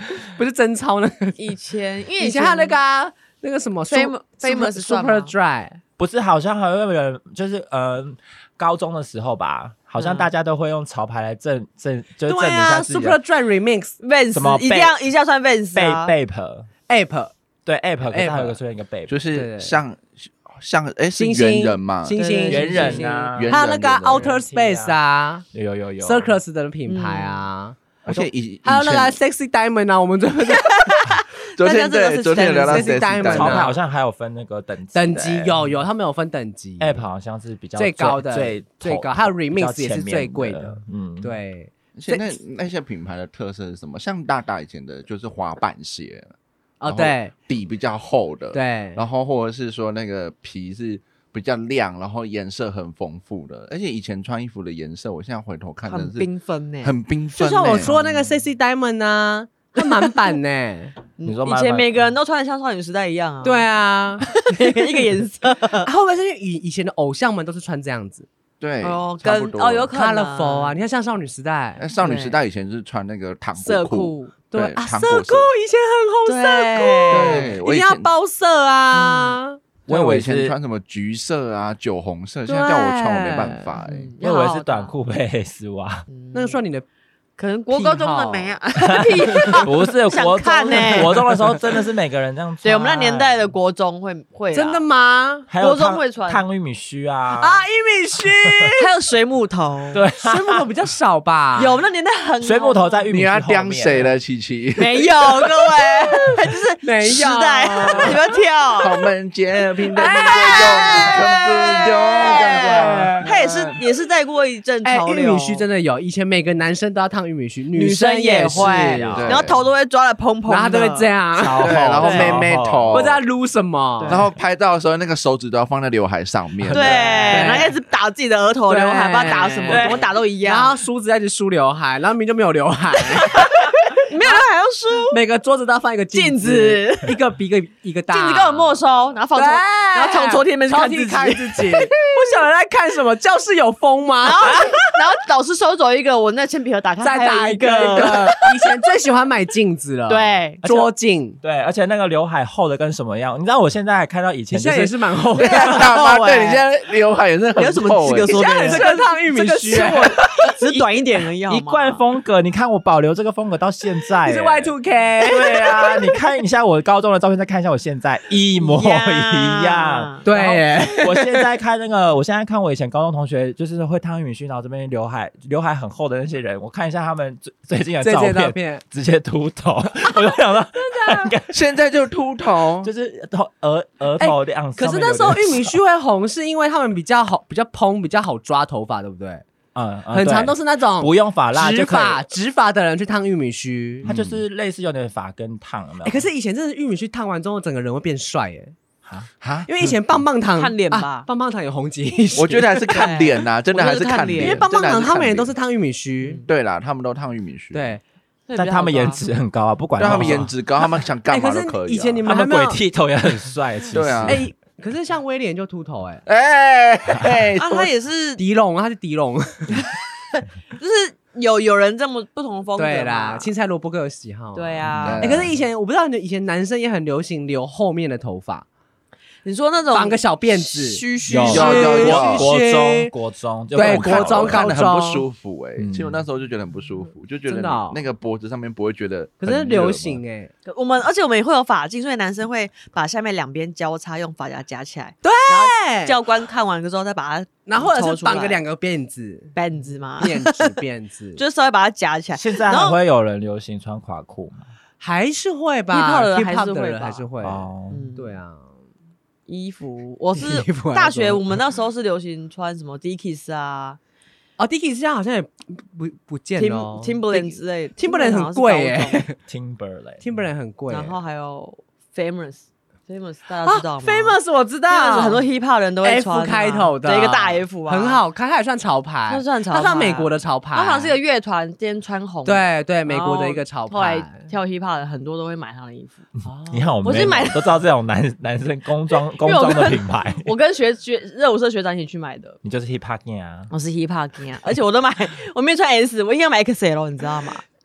Speaker 1: 不是真钞那个。
Speaker 4: 以前因为
Speaker 1: 以前还有那个啊，那个什么
Speaker 4: Famous Famous
Speaker 1: Super Dry，
Speaker 3: 不是好像还有人就是呃高中的时候吧，好像大家都会用潮牌来证证，就是证明一下自己的。
Speaker 1: 对啊 ，Super Dry Remix
Speaker 4: Vans 一定要一下算 Vans 啊
Speaker 3: ，Bape
Speaker 1: Ape
Speaker 3: 对 Ape， 可是还有一个出现一个 Bape，
Speaker 2: 就是像像哎是
Speaker 1: 星星
Speaker 2: 猿人嘛，
Speaker 1: 星星
Speaker 3: 猿人啊，
Speaker 2: 猿人
Speaker 1: 还有那个
Speaker 2: 猿人
Speaker 1: Outer Space 啊
Speaker 3: 有有有
Speaker 1: ，Circus 的品牌啊，
Speaker 2: 而且以
Speaker 1: 还有那个 Sexy Diamond 啊，我们昨天
Speaker 2: 昨天
Speaker 4: 大家真的是
Speaker 2: 对昨天有聊到
Speaker 1: Sexy
Speaker 2: Sexy
Speaker 1: Diamond 啊
Speaker 2: Diamond
Speaker 3: 潮牌好像还有分那个等级的欸，
Speaker 1: 等级有有，他们有分等级
Speaker 3: App 好像是比较
Speaker 1: 最高的
Speaker 3: 最
Speaker 1: 最高，还有
Speaker 3: 比较
Speaker 1: Remix 也是
Speaker 3: 前面
Speaker 1: 最贵的，
Speaker 3: 嗯，
Speaker 1: 对。
Speaker 2: 而且那那些品牌的特色是什么？像大大以前的就是滑板鞋，
Speaker 1: 哦对，
Speaker 2: 底比较厚的，，
Speaker 1: 对，
Speaker 2: 然后或者是说那个皮是比较亮，然后颜色很丰富的，而且以前穿衣服的颜色，我现在回头看真
Speaker 4: 很
Speaker 2: 的是
Speaker 4: 缤纷呢，
Speaker 2: 很缤纷欸，
Speaker 1: 就像我说那个 Sexy Diamond 啊，它满版呢，
Speaker 3: 你说
Speaker 4: 以前每个人都穿的像少女时代一样啊，
Speaker 1: 对啊，
Speaker 4: 一个颜色，
Speaker 1: 会不会是因为以以前的偶像们都是穿这样子
Speaker 2: 对，
Speaker 4: 哦
Speaker 2: 差不多
Speaker 4: 跟哦有可能
Speaker 1: ，colorful 啊？你看像少女时代
Speaker 2: 那少女时代以前是穿那个糖
Speaker 4: 色
Speaker 2: 果
Speaker 4: 裤，
Speaker 1: 对啊，
Speaker 2: 糖果
Speaker 1: 色裤以前很红，色
Speaker 2: 对，
Speaker 1: 裤一定要
Speaker 2: 我以前
Speaker 1: 包色啊，
Speaker 2: 我以为以
Speaker 3: 是
Speaker 2: 前穿什么橘色啊、酒红色，现在叫我穿我没办法哎。
Speaker 4: 嗯
Speaker 3: 因为我是短裤配黑丝袜，
Speaker 1: 那个算你的
Speaker 4: 可能国高中的没啊，
Speaker 3: 不是
Speaker 4: 想
Speaker 3: 国中
Speaker 4: 看欸
Speaker 3: 国中的时候真的是每个人这样穿，
Speaker 4: 对我们那年代的国中会会啊
Speaker 1: 真的吗？
Speaker 3: 还有
Speaker 4: 国中
Speaker 3: 烫
Speaker 4: 会穿
Speaker 3: 烫玉米须啊
Speaker 1: 啊，玉米须，
Speaker 4: 还有水母头，
Speaker 3: 对，
Speaker 1: 水母头比较少吧？
Speaker 4: 有那年代很
Speaker 3: 水母头在玉米
Speaker 2: 你要
Speaker 3: 须后面
Speaker 2: 刁谁？了，琪琪？
Speaker 4: 没有各位，就是
Speaker 1: 没有
Speaker 4: 时代，你们跳，
Speaker 2: 好门街平的那个用，看不丢，
Speaker 1: 哎
Speaker 4: 他也是也是带过一阵
Speaker 1: 哎，
Speaker 4: 潮流，
Speaker 1: 玉米须真的有，以前每个男生都要烫玉米须，
Speaker 4: 女
Speaker 1: 生
Speaker 4: 生也
Speaker 1: 是
Speaker 4: 会，
Speaker 2: 对
Speaker 4: 然后头都会抓的蓬蓬的，
Speaker 1: 然后他都会这样，
Speaker 3: 超厚
Speaker 2: 对，然后
Speaker 3: 超
Speaker 2: 妹妹
Speaker 3: 厚
Speaker 2: 头，
Speaker 1: 不知道撸什么，
Speaker 2: 然后拍照的时候那个手指都要放在刘海上面，
Speaker 4: 对，然后一直打自己的额头刘海，不知道打什么，
Speaker 1: 对
Speaker 4: 怎么打都一
Speaker 1: 然后
Speaker 4: 样，
Speaker 1: 梳子在一直梳刘海，然后明明就没有刘海，
Speaker 4: 没有人还要梳，
Speaker 1: 每个桌子都要放一个镜
Speaker 4: 镜子
Speaker 1: 一个比一个一个大，
Speaker 4: 镜子根本没收，然后放
Speaker 1: 对
Speaker 4: 抽，然后从抽屉里面去看自己，
Speaker 1: 看自己，不晓得在看什么，教室有风吗？
Speaker 4: 然后老师收走一个，我那铅笔盒打开，
Speaker 1: 再
Speaker 4: 还有一
Speaker 1: 打一个一个，以前最喜欢买镜子了，，
Speaker 4: 对，
Speaker 1: 桌镜，
Speaker 3: 对，而且那个刘海厚的跟什么样？你知道我现在还看到以前就
Speaker 1: 你现在也是蛮厚的
Speaker 2: 对，啊大妈，对你现在刘海也是很
Speaker 4: 有什么
Speaker 2: 厚哎
Speaker 4: 资格说别人
Speaker 1: 现在很？适合烫玉米须，
Speaker 3: 这个是我
Speaker 4: 只是短一点而已，
Speaker 3: 一贯风格，你看我保留这个风格到现在，
Speaker 1: 你是
Speaker 3: 欸
Speaker 1: Y two K，
Speaker 3: 对啊，你看一下我高中的照片，再看一下我现在，一模一样。
Speaker 1: 对
Speaker 3: 然后
Speaker 1: 耶，
Speaker 3: 我现在看那个，我现在看我以前高中同学，就是会烫玉米须，然后这边刘海刘海很厚的那些人，我看一下他们最最近的
Speaker 1: 这
Speaker 3: 照片，
Speaker 1: 些照片，
Speaker 3: 直接秃头，我就想到，
Speaker 2: 现在就秃头，
Speaker 3: 就是头额额头两。
Speaker 1: 可是那时候玉米须会红，是因为他们比较好，比较蓬，比较好抓头发，对不对？
Speaker 3: 嗯，嗯
Speaker 1: 很常都
Speaker 3: 对
Speaker 1: 是那种
Speaker 3: 不用发蜡就可以
Speaker 1: 直发直发的人去烫玉米须。
Speaker 3: 它就是类似有点发根烫，有没有？
Speaker 1: 哎，可是以前真的是玉米须烫完之后，整个人会变帅哎，
Speaker 2: 哈，
Speaker 1: 因为以前棒棒糖
Speaker 4: 看脸吧
Speaker 1: 啊棒棒糖有红极一时，
Speaker 2: 我觉得还是看脸呐，真的还是看
Speaker 4: 我觉得是看脸
Speaker 2: 脸，
Speaker 1: 因为棒棒糖他们也都是
Speaker 2: 真的
Speaker 1: 烫玉米须，
Speaker 2: 对啦，他们都烫玉米须，，
Speaker 1: 对。
Speaker 3: 但他们颜值很高啊，不管
Speaker 2: 让他们
Speaker 3: 什么
Speaker 2: 颜值高，他们想干嘛都
Speaker 1: 哎可
Speaker 2: 可以啊。
Speaker 1: 是以前你们
Speaker 3: 他们
Speaker 1: 还没有
Speaker 3: 鬼剃头也很帅，其实
Speaker 2: 对啊
Speaker 1: 哎，可是像威廉就秃头哎，
Speaker 2: 哎，哎
Speaker 4: 啊，他也是，
Speaker 1: 迪龙他是迪龙，
Speaker 4: 就是有有人这么不同风格嘛，
Speaker 1: 对啦，青菜萝卜各有喜好，
Speaker 4: 对啊
Speaker 1: 哎，可是以前我不知道，以前男生也很流行留后面的头发，
Speaker 4: 你说那种
Speaker 1: 绑个小辫子，
Speaker 4: 须须
Speaker 3: 有
Speaker 2: 有有有
Speaker 3: 国国
Speaker 1: 须
Speaker 3: 中国中就
Speaker 1: 对
Speaker 3: 我看
Speaker 1: 国中
Speaker 2: 我看
Speaker 1: 高
Speaker 2: 的很不
Speaker 1: 中
Speaker 2: 舒服哎，
Speaker 3: 嗯
Speaker 2: 其实我那时候就觉得很不舒服，就觉得
Speaker 1: 真的哦
Speaker 2: 那个脖子上面不会觉得
Speaker 1: 可
Speaker 2: 很热吗，
Speaker 1: 是流行哎，
Speaker 4: 我们而且我们也会有发镜，所以男生会把下面两边交叉用发夹夹起来，
Speaker 1: 对，
Speaker 4: 教官看完之后再把它
Speaker 1: 然后或者
Speaker 4: 抽出来
Speaker 1: 是绑个两个辫子，
Speaker 4: 辫子嘛，
Speaker 1: 辫子辫子，
Speaker 4: 就是稍微把它夹起来。
Speaker 3: 现在还会有人流行穿垮裤吗？
Speaker 1: 还是会吧
Speaker 4: Hip-hop 的人
Speaker 1: Hip-hop
Speaker 4: 还是
Speaker 1: 的人
Speaker 4: 会吧
Speaker 1: 还是会，
Speaker 3: 哦，
Speaker 4: 嗯，
Speaker 1: 对啊，
Speaker 4: 衣服我是
Speaker 1: 衣服还
Speaker 4: 大学，
Speaker 1: 说
Speaker 4: 我们那时候是流行穿什么 Dickies 啊
Speaker 1: 哦 Dickies 现在好像也不不见了哦
Speaker 4: ，Tim Timberland 之类的
Speaker 1: Timberland 很贵耶
Speaker 3: ，Timberland，
Speaker 1: ，Timberland 很贵耶，
Speaker 4: 然后还有 Famous Famous 大
Speaker 1: 啊
Speaker 4: 家知道吗
Speaker 1: Famous 我知道
Speaker 4: Famous 很多 hip hop 人都会
Speaker 1: F
Speaker 4: 穿啊
Speaker 1: 开头的
Speaker 4: 对一个大 F 啊，
Speaker 1: 很好看，它也算潮牌，
Speaker 4: 它算潮牌
Speaker 1: 它算美国的潮牌，
Speaker 4: 他好像是一个乐团，今天穿红，
Speaker 1: 对对美国的一个潮
Speaker 4: 后来
Speaker 1: 牌，
Speaker 4: 跳 hip hop 的很多都会买他的衣服。
Speaker 1: 哦
Speaker 3: 你好，
Speaker 4: 我是买
Speaker 3: 都知道这种男男生工装工
Speaker 4: 因为我
Speaker 3: 装的
Speaker 4: 跟
Speaker 3: 品牌，
Speaker 4: 我跟学学热舞社学长一起去买的，
Speaker 3: 你就是 hip hop 啊。
Speaker 4: 我是 hip hop king 啊，而且我都买，我没有穿 S，我应该买 X L，你知道吗？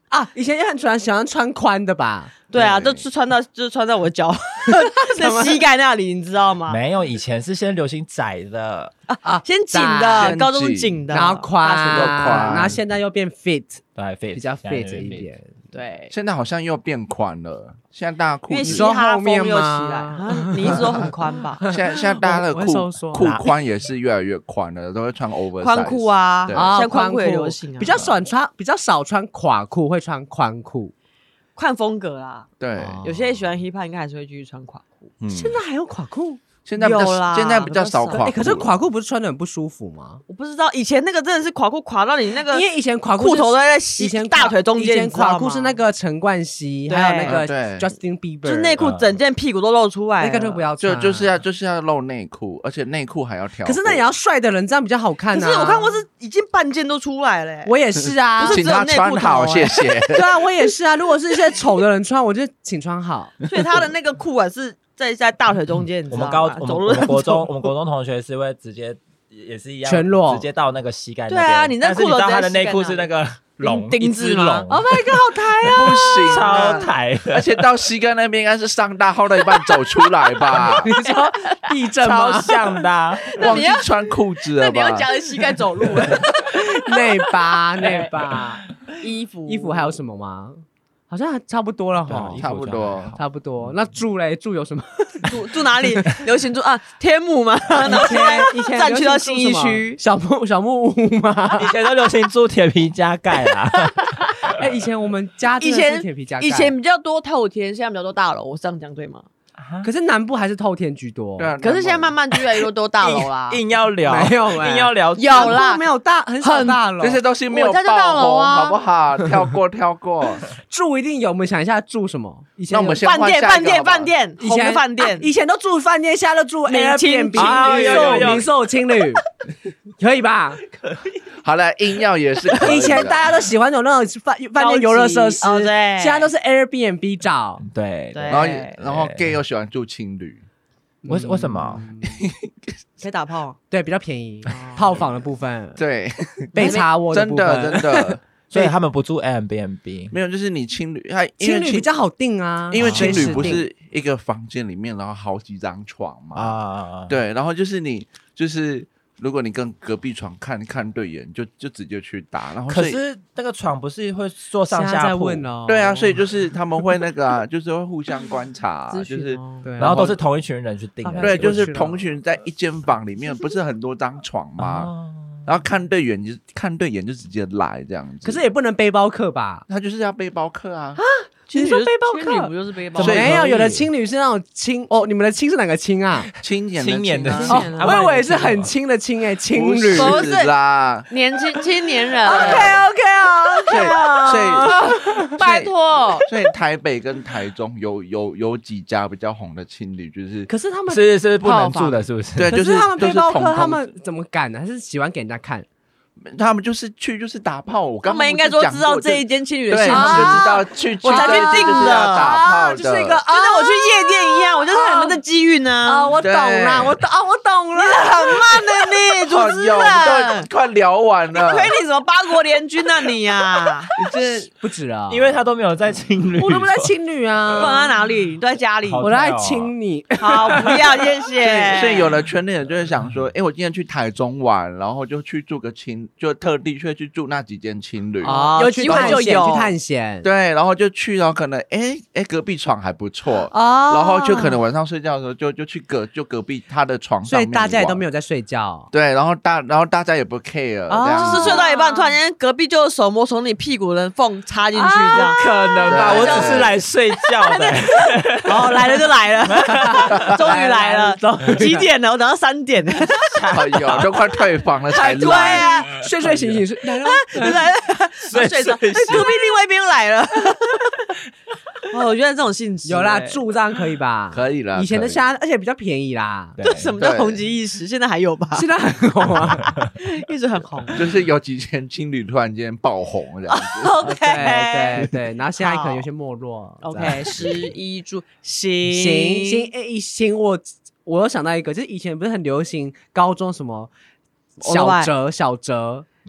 Speaker 1: 啊，以前也很喜欢喜欢穿宽的吧？
Speaker 4: 对啊，就是穿到就是穿到我脚的膝盖那里，你知道吗？
Speaker 3: 没有，以前是先流行窄的
Speaker 4: 啊，先紧的，
Speaker 2: 先
Speaker 4: 高中
Speaker 2: 紧
Speaker 4: 紧的，
Speaker 1: 然后宽，
Speaker 2: 又宽
Speaker 1: 然后现在又变 fit，
Speaker 3: 对 fit
Speaker 1: 比较
Speaker 3: 现在
Speaker 1: fit
Speaker 3: 有
Speaker 1: 一点。
Speaker 4: 对，
Speaker 2: 现在好像又变宽了，现在大家裤子
Speaker 4: 因为嘻哈风又起来，
Speaker 1: 吗
Speaker 4: 啊你一直都很宽吧？
Speaker 2: 现在现在大家的
Speaker 1: 我会
Speaker 2: 裤
Speaker 1: 收缩
Speaker 2: 裤宽也是越来越宽了，都会穿 oversize
Speaker 4: 宽裤啊，
Speaker 2: 对
Speaker 1: 啊
Speaker 4: 现在宽裤也流行啊，
Speaker 1: 比较少穿，比较少穿垮裤，会穿宽裤。
Speaker 4: 看风格啦。
Speaker 2: 对，
Speaker 1: 哦
Speaker 4: 有些人喜欢 hip hop，应该还是会继续穿垮裤。
Speaker 2: 嗯，
Speaker 1: 现在还有垮裤？
Speaker 2: 现在比较
Speaker 4: 有啦
Speaker 2: 现在比较少
Speaker 4: 比较少
Speaker 1: 哎，
Speaker 2: 垮裤了，
Speaker 1: 可是垮裤不是穿的很不舒服吗？
Speaker 4: 我不知道以前那个真的是垮裤垮到你那个
Speaker 1: 因为以前垮裤是
Speaker 4: 裤头都在
Speaker 1: 以
Speaker 4: 膝
Speaker 1: 前
Speaker 4: 大腿中间，
Speaker 1: 以前
Speaker 4: 你知道吗
Speaker 1: 垮裤是那个陈冠希，
Speaker 4: 对
Speaker 1: 还有那个
Speaker 2: 啊对
Speaker 1: Justin Bieber，
Speaker 4: 就是内裤整件屁股都露出来了，
Speaker 1: 那个就不要穿，
Speaker 2: 就就是要就是要露内裤，而且内裤还要挑过。
Speaker 1: 可是那也要帅的人，这样比较好看啊。
Speaker 4: 可是我看过是已经半件都出来了欸，
Speaker 1: 我也是啊，
Speaker 4: 不是
Speaker 2: 请他穿好，谢谢。
Speaker 1: 对啊，我也是啊。如果是一些丑的人穿，我就请穿好。
Speaker 4: 所以他的那个裤管是在在大腿中间，你知道吗
Speaker 3: 我们高我们
Speaker 4: 走路
Speaker 3: 我们国中我们国中同学是会直接也是一样
Speaker 1: 全裸
Speaker 3: 直接到那个膝盖那
Speaker 4: 对
Speaker 3: 边。
Speaker 4: 啊你那
Speaker 3: 但是你知道
Speaker 4: 裤头直接
Speaker 3: 他的内裤
Speaker 4: 膝盖
Speaker 3: 是那个龙
Speaker 4: 钉
Speaker 3: 一只
Speaker 4: 钉子吗
Speaker 3: 龙，
Speaker 1: Oh my god，好抬啊！
Speaker 2: 不行啊，
Speaker 3: 超抬的，
Speaker 2: 而且到膝盖那边应该是上大号到一半走出来吧？
Speaker 1: 你说地震
Speaker 3: 超
Speaker 1: 吗？
Speaker 3: 像的啊。
Speaker 2: 忘记穿裤子了吧
Speaker 4: 那你要？夹着膝盖走路，
Speaker 1: 内八内八，
Speaker 4: 衣服
Speaker 1: 衣服还有什么吗？好像还差不多了哈
Speaker 3: 对啊衣，服
Speaker 2: 差不多
Speaker 3: 就还好
Speaker 1: 差不多。那住嘞，住有什么？
Speaker 4: 住住哪里？流行住啊，天幕吗？然后现在
Speaker 1: 以前
Speaker 4: 站去到信义区，
Speaker 1: 小木小木屋吗？
Speaker 3: 以前都流行住铁皮加盖啦，
Speaker 1: 哎，以前我们家真
Speaker 4: 以
Speaker 1: 的是
Speaker 4: 前
Speaker 1: 铁皮加盖，
Speaker 4: 以前比较多透天，现在比较多大楼，我这样讲对吗？
Speaker 1: 可是南部还是透天居多。
Speaker 2: 对啊，
Speaker 4: 可是现在慢慢就越来越多大楼啦。
Speaker 3: 硬要聊，
Speaker 1: 没有欸
Speaker 3: 硬要聊，
Speaker 4: 有啦
Speaker 1: 南部没有大，很少大楼。
Speaker 2: 这些东西没有
Speaker 4: 我家就大楼
Speaker 2: 爆红，
Speaker 4: 啊
Speaker 2: 好不好？跳过，跳过。
Speaker 1: 住一定有，我们想一下住什么？以前有
Speaker 2: 那我们先
Speaker 4: 饭店，饭店，
Speaker 2: 换下一个好不好
Speaker 4: 饭店，
Speaker 1: 以前
Speaker 4: 红的饭店
Speaker 1: 啊，以前都住饭店，现在都住
Speaker 4: 明清
Speaker 1: Airbnb
Speaker 3: 啊有有有
Speaker 1: 民宿青旅，可以吧？
Speaker 2: 好了，硬要也是可以的。
Speaker 1: 以前大家都喜欢有那种饭饭店游乐设施，
Speaker 4: 高级哦对
Speaker 1: 现在都是 Airbnb 找。
Speaker 3: 对
Speaker 4: 对
Speaker 2: 然后然后 gay 又喜欢住青旅，
Speaker 3: 为为什么？
Speaker 4: 可以打炮。
Speaker 1: 对，比较便宜，套房的部分，
Speaker 2: 对，
Speaker 1: 被插窝
Speaker 2: 真的
Speaker 1: 部分，
Speaker 2: 真的
Speaker 3: 所以他们不住 Airbnb，
Speaker 2: 没有，就是你青旅，它因
Speaker 1: 青旅
Speaker 2: 为青
Speaker 1: 比较好订啊，
Speaker 2: 因为青
Speaker 1: 随时订
Speaker 2: 旅不是一个房间里面，然后好几张床嘛。
Speaker 3: 啊，
Speaker 2: 对，然后就是你就是如果你跟隔壁床看看对眼，就就直接去打，然后
Speaker 3: 可
Speaker 2: 所以
Speaker 3: 是那个床不是会做上
Speaker 1: 现在在
Speaker 3: 下铺，
Speaker 1: 问哦，
Speaker 2: 对啊，所以就是他们会那个啊，就是会互相观察，
Speaker 4: 咨
Speaker 2: 就是
Speaker 4: 询哦
Speaker 1: 对啊，
Speaker 3: 然后都是同一群人去订的，
Speaker 2: 对，就是
Speaker 1: 过去了
Speaker 2: 同群在一间房里面，不是很多张床吗？
Speaker 3: 哦
Speaker 2: 然后看对眼就看对眼就直接来这样子。
Speaker 1: 可是也不能背包客吧？
Speaker 2: 他就是要背包客啊，
Speaker 1: 你说背包客
Speaker 4: 青旅不就是背包客？
Speaker 3: 怎么
Speaker 1: 没有，
Speaker 3: 可以
Speaker 1: 有的青旅是那种轻哦，你们的轻是哪个轻啊？
Speaker 2: 青年
Speaker 3: 青年的
Speaker 2: 青
Speaker 1: 哦
Speaker 4: 青年，
Speaker 3: 啊
Speaker 1: 我以为是很轻的轻哎，青
Speaker 2: 不
Speaker 1: 旅。
Speaker 4: 不
Speaker 2: 是啦，
Speaker 4: 年轻青年人
Speaker 1: OK OK 啊
Speaker 2: 所以
Speaker 1: ，OK
Speaker 2: 所
Speaker 1: 啊，
Speaker 2: 以
Speaker 4: 拜托，
Speaker 2: 所以台北跟台中有有有几家比较红的青旅，就是
Speaker 1: 可是他们
Speaker 3: 是是不能住的，是不是？
Speaker 2: 对，就是
Speaker 1: 可他们
Speaker 2: 就是
Speaker 1: 背包客
Speaker 2: 同
Speaker 1: 他们怎么敢呢？他是喜欢给人家看
Speaker 2: 他们就是去就是打炮，我刚
Speaker 4: 他们应该说知道这一间青旅的
Speaker 2: 对，
Speaker 4: 性质
Speaker 2: 他们就知道去，
Speaker 4: 我才去
Speaker 2: 去
Speaker 4: 订
Speaker 2: 就是要
Speaker 4: 的
Speaker 2: 打炮的，
Speaker 1: 啊就是一个
Speaker 4: 就像我去夜店一样，我就是你们的机遇
Speaker 1: 啊，
Speaker 4: 呢。
Speaker 1: 我懂啦，
Speaker 2: 对
Speaker 1: 我懂啊，我懂了。
Speaker 4: 很慢的你，主持
Speaker 2: 哎呦，我们
Speaker 4: 人
Speaker 2: 都，快聊完了，
Speaker 4: 亏你什么八国联军啊你啊？
Speaker 2: 你这
Speaker 1: 不止啊，
Speaker 3: 因为他都没有在青旅，
Speaker 1: 我都不在青旅
Speaker 4: 不然
Speaker 1: 啊，
Speaker 4: 在哪里？你都在家里。
Speaker 3: 好
Speaker 1: 我在亲你。
Speaker 4: 好，不要，谢
Speaker 2: 所
Speaker 4: 谢。
Speaker 2: 以所以有的圈内人就会想说，哎，我今天去台中玩，然后就去住个青，就特地去去住那几间青旅。
Speaker 1: 哦去
Speaker 4: 有机会就有
Speaker 1: 探险去探险。
Speaker 2: 对，然后就去，然后可能哎哎隔壁床还不错，
Speaker 1: 哦
Speaker 2: 然后就可能晚上睡觉的时候就就去隔就隔壁他的床上
Speaker 1: 所以
Speaker 2: 面
Speaker 1: 大家也都没
Speaker 2: 有
Speaker 1: 有在睡觉。
Speaker 2: 对，然后大然后大家也不 care，、
Speaker 1: 哦
Speaker 2: 这样子
Speaker 4: 就是睡到一半，突然间隔壁就有手摸从你屁股的缝插进去，这样。
Speaker 3: 可能吧，
Speaker 2: 对
Speaker 3: 我只是来睡觉的。
Speaker 4: 哦，来了就来了，终于来了
Speaker 1: 终于来。了
Speaker 4: 几点了？我等到三点。
Speaker 2: 哎呦，都快退房了才
Speaker 4: 对
Speaker 2: 来。
Speaker 4: 啊，
Speaker 1: 睡睡醒醒睡来了，
Speaker 4: 来了，睡睡着，哎，隔壁另外一边又来了。哦，我觉得这种性质
Speaker 1: 有啦，
Speaker 4: 哎
Speaker 1: 住这样可以吧？
Speaker 2: 可以啦
Speaker 1: 以前的
Speaker 2: 可以
Speaker 1: 虾，而且比较便宜啦。
Speaker 3: 对
Speaker 4: 这什么叫红极一时？现在还有吧？
Speaker 1: 现在很红啊。
Speaker 4: 一直很红。
Speaker 2: 就是有几间青旅突然间爆红这样子，
Speaker 1: 对
Speaker 4: OK
Speaker 1: 对对，然后现在可能有些没落。
Speaker 4: OK，食衣住行
Speaker 1: 行行，哎，以前我我有想到一个，就是以前不是很流行高中什么小
Speaker 4: 外
Speaker 1: 折小折，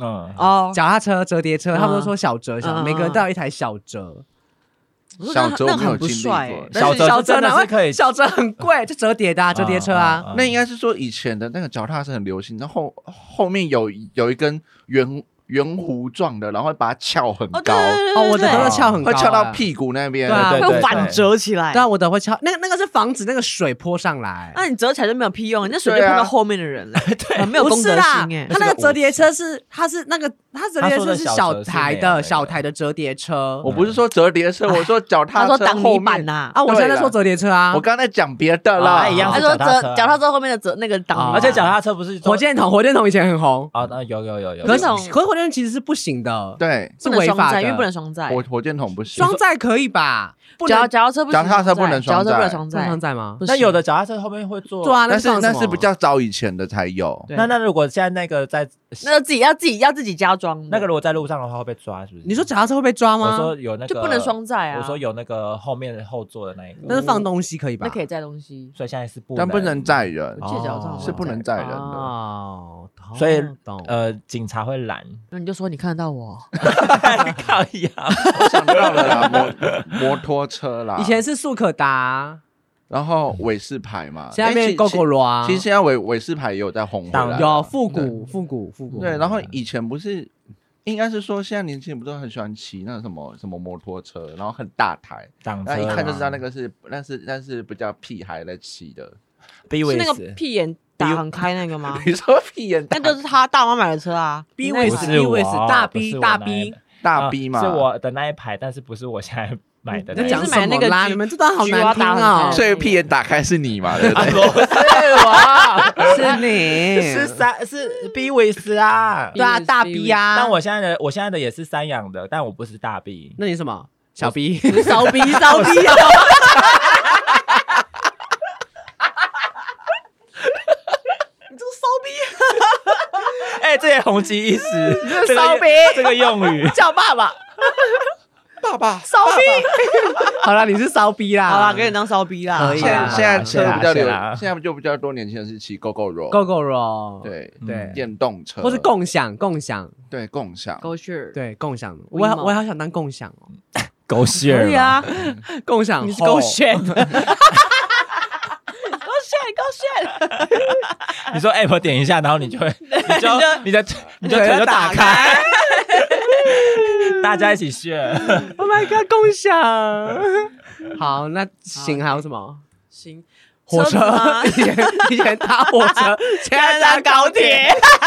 Speaker 3: 嗯
Speaker 4: 哦，
Speaker 1: 脚踏车、折叠车，
Speaker 4: 嗯
Speaker 1: 他们都说小折小，
Speaker 4: 嗯
Speaker 1: 每个人都有一台小折。
Speaker 2: 小折我没有
Speaker 4: 那很不
Speaker 2: 经历过
Speaker 4: 帅欸，
Speaker 3: 小折是真的
Speaker 1: 小折哪会
Speaker 3: 是可以
Speaker 1: 小折很贵，就折叠的啊折叠车啊。
Speaker 3: 嗯嗯嗯
Speaker 2: 那应该是说以前的那个脚踏车很流行，然后后面有有一根圆圆弧状的，然后把它翘很高，
Speaker 1: 哦，我的都是翘很高，
Speaker 2: 会翘到屁股那边。
Speaker 1: 对啊
Speaker 3: 对对
Speaker 4: 会反折起来。
Speaker 1: 对啊，我的会翘，那个那个是防止那个水泼上来。
Speaker 4: 那你折起来就没有屁用，你那水就碰到后面的人了，对，没有
Speaker 1: 不
Speaker 4: 公德
Speaker 1: 是啦
Speaker 4: 心哎。
Speaker 1: 它那个折叠车是，它是那个，它折叠车是小台的
Speaker 3: 他说的小折是那样的
Speaker 1: 小台的折叠车。
Speaker 2: 我不是说折叠车，我说脚踏车
Speaker 4: 他说挡
Speaker 2: 后面。
Speaker 4: 泥板呐，
Speaker 1: 啊，我现在在
Speaker 2: 对啦
Speaker 1: 说折叠车啊。
Speaker 2: 我刚才讲别的
Speaker 3: 啊
Speaker 2: 啦，
Speaker 3: 一样
Speaker 4: 他说
Speaker 3: 是脚踏车
Speaker 4: 折脚踏车后面的折那个挡泥
Speaker 1: 哦
Speaker 4: 板，
Speaker 3: 而且脚踏车不是
Speaker 1: 火箭筒，火箭筒以前很红，
Speaker 3: 啊，那有有有有，
Speaker 1: 可是
Speaker 3: 有
Speaker 1: 可是火箭筒其实是不行的，
Speaker 2: 对，
Speaker 1: 是
Speaker 4: 不能双载，
Speaker 1: 违法的，
Speaker 4: 因为不能双载。
Speaker 2: 火火箭筒不行
Speaker 1: 双。载可以吧？不能
Speaker 4: 脚脚踏车不行
Speaker 2: 脚踏车不能
Speaker 4: 脚踏车不能
Speaker 2: 双
Speaker 4: 双载
Speaker 1: 不能双，载吗？
Speaker 4: 不行
Speaker 3: 那有的脚踏车后面会做
Speaker 1: 对啊，
Speaker 2: 但是
Speaker 1: 放什么
Speaker 2: 那是比较早以前的才有。
Speaker 4: 对
Speaker 3: 那那如果现在那个在
Speaker 4: 那个自己要自己要自己加装的，
Speaker 3: 那个如果在路上的话会被抓，是不是？
Speaker 1: 你说脚踏车会被抓
Speaker 3: 我
Speaker 1: 吗？
Speaker 3: 说有那个
Speaker 4: 就不能双载啊。
Speaker 3: 我说有那个后面后座的那一个，
Speaker 1: 那是放东西可以吧？
Speaker 4: 那可以载东西，
Speaker 3: 所以现在是不
Speaker 2: 但不能载人，
Speaker 4: 我记得脚踏车
Speaker 2: 是不能载人的。
Speaker 1: 哦，
Speaker 3: 所以
Speaker 1: 懂。
Speaker 3: 呃，警察会拦，
Speaker 4: 那你就说你看得到我，
Speaker 3: 靠一样。
Speaker 2: 我想到了啦，摩摩托车啦，
Speaker 1: 以前是速可达，
Speaker 2: 然后伟士牌嘛，
Speaker 1: 现在变
Speaker 2: 诶
Speaker 1: GoGo 罗啊，
Speaker 2: 其实现在伟伟士牌也有在红回来，
Speaker 1: 有复古复古复古。
Speaker 2: 对。然后以前不是，应该是说现在年轻人不都很喜欢骑那个什么什么摩托车，然后很大台，
Speaker 3: 挡车
Speaker 2: 那一看就知道那
Speaker 3: 个
Speaker 2: 个是那是那是比较屁孩在骑的。
Speaker 3: B
Speaker 4: 是
Speaker 3: V
Speaker 4: 那个屁眼打很开那个吗？
Speaker 2: 你说屁眼大
Speaker 4: 那就是他大妈买的车啊
Speaker 1: B
Speaker 4: 那
Speaker 1: w
Speaker 4: 一
Speaker 1: i
Speaker 4: 台
Speaker 1: s
Speaker 3: 是
Speaker 1: B
Speaker 3: 我
Speaker 1: w i s 大
Speaker 3: 不是
Speaker 1: B
Speaker 3: 我
Speaker 1: 大
Speaker 3: 那
Speaker 1: B，
Speaker 2: 大 B 嘛，
Speaker 3: 是我的那一排，但是不是我现在买的那一排。
Speaker 1: 你在讲什
Speaker 4: 你是买那个
Speaker 1: 么啦？
Speaker 4: G-
Speaker 1: 你们这段好难听
Speaker 4: 菊花打
Speaker 1: 哦
Speaker 4: 很。
Speaker 2: 所以屁眼打开是你嘛，对不对？
Speaker 3: 不是我，
Speaker 1: 是你，
Speaker 3: 是三是 B 维斯啊。
Speaker 1: 对啊，大 B 啊。
Speaker 3: 但我现在的我现在的也是三养的，但我不是大 B。
Speaker 1: 那你什么？小 B，
Speaker 4: 骚逼骚逼啊！你这个骚逼，
Speaker 3: 哎，这也红极一时，这个
Speaker 4: 骚逼
Speaker 3: 这个用语。
Speaker 4: 叫爸爸，
Speaker 2: 爸爸，
Speaker 4: 骚逼。
Speaker 1: 好了，你是骚 B 啦。
Speaker 4: 好啦，给你当骚逼啦。
Speaker 1: 可以啊
Speaker 2: 现在现在车比较流
Speaker 3: 谢啦，
Speaker 2: 现在就比较多年轻人是骑 GoGo Roll，
Speaker 1: GoGo Roll，
Speaker 2: 对
Speaker 1: 对，
Speaker 2: 电动车，
Speaker 1: 或是共享共享，
Speaker 2: 对共享，
Speaker 4: 狗血，
Speaker 1: 对共享。我好
Speaker 4: WeMo
Speaker 1: 我好想当共享哦，
Speaker 3: 狗血
Speaker 4: 可以啊，
Speaker 1: 共享
Speaker 4: 你是狗
Speaker 1: 后
Speaker 4: 血，狗血，狗血。
Speaker 3: 你说 app 点一下，然后你就会，你就你的你的
Speaker 1: 腿就
Speaker 3: 腿就打
Speaker 1: 打
Speaker 3: 开，大家一起 share。
Speaker 1: ，Oh my god，共享。好，那行还有什么？
Speaker 4: 行，
Speaker 1: 火车
Speaker 4: 车子吗，
Speaker 1: 以前以前搭火车，现在搭高铁。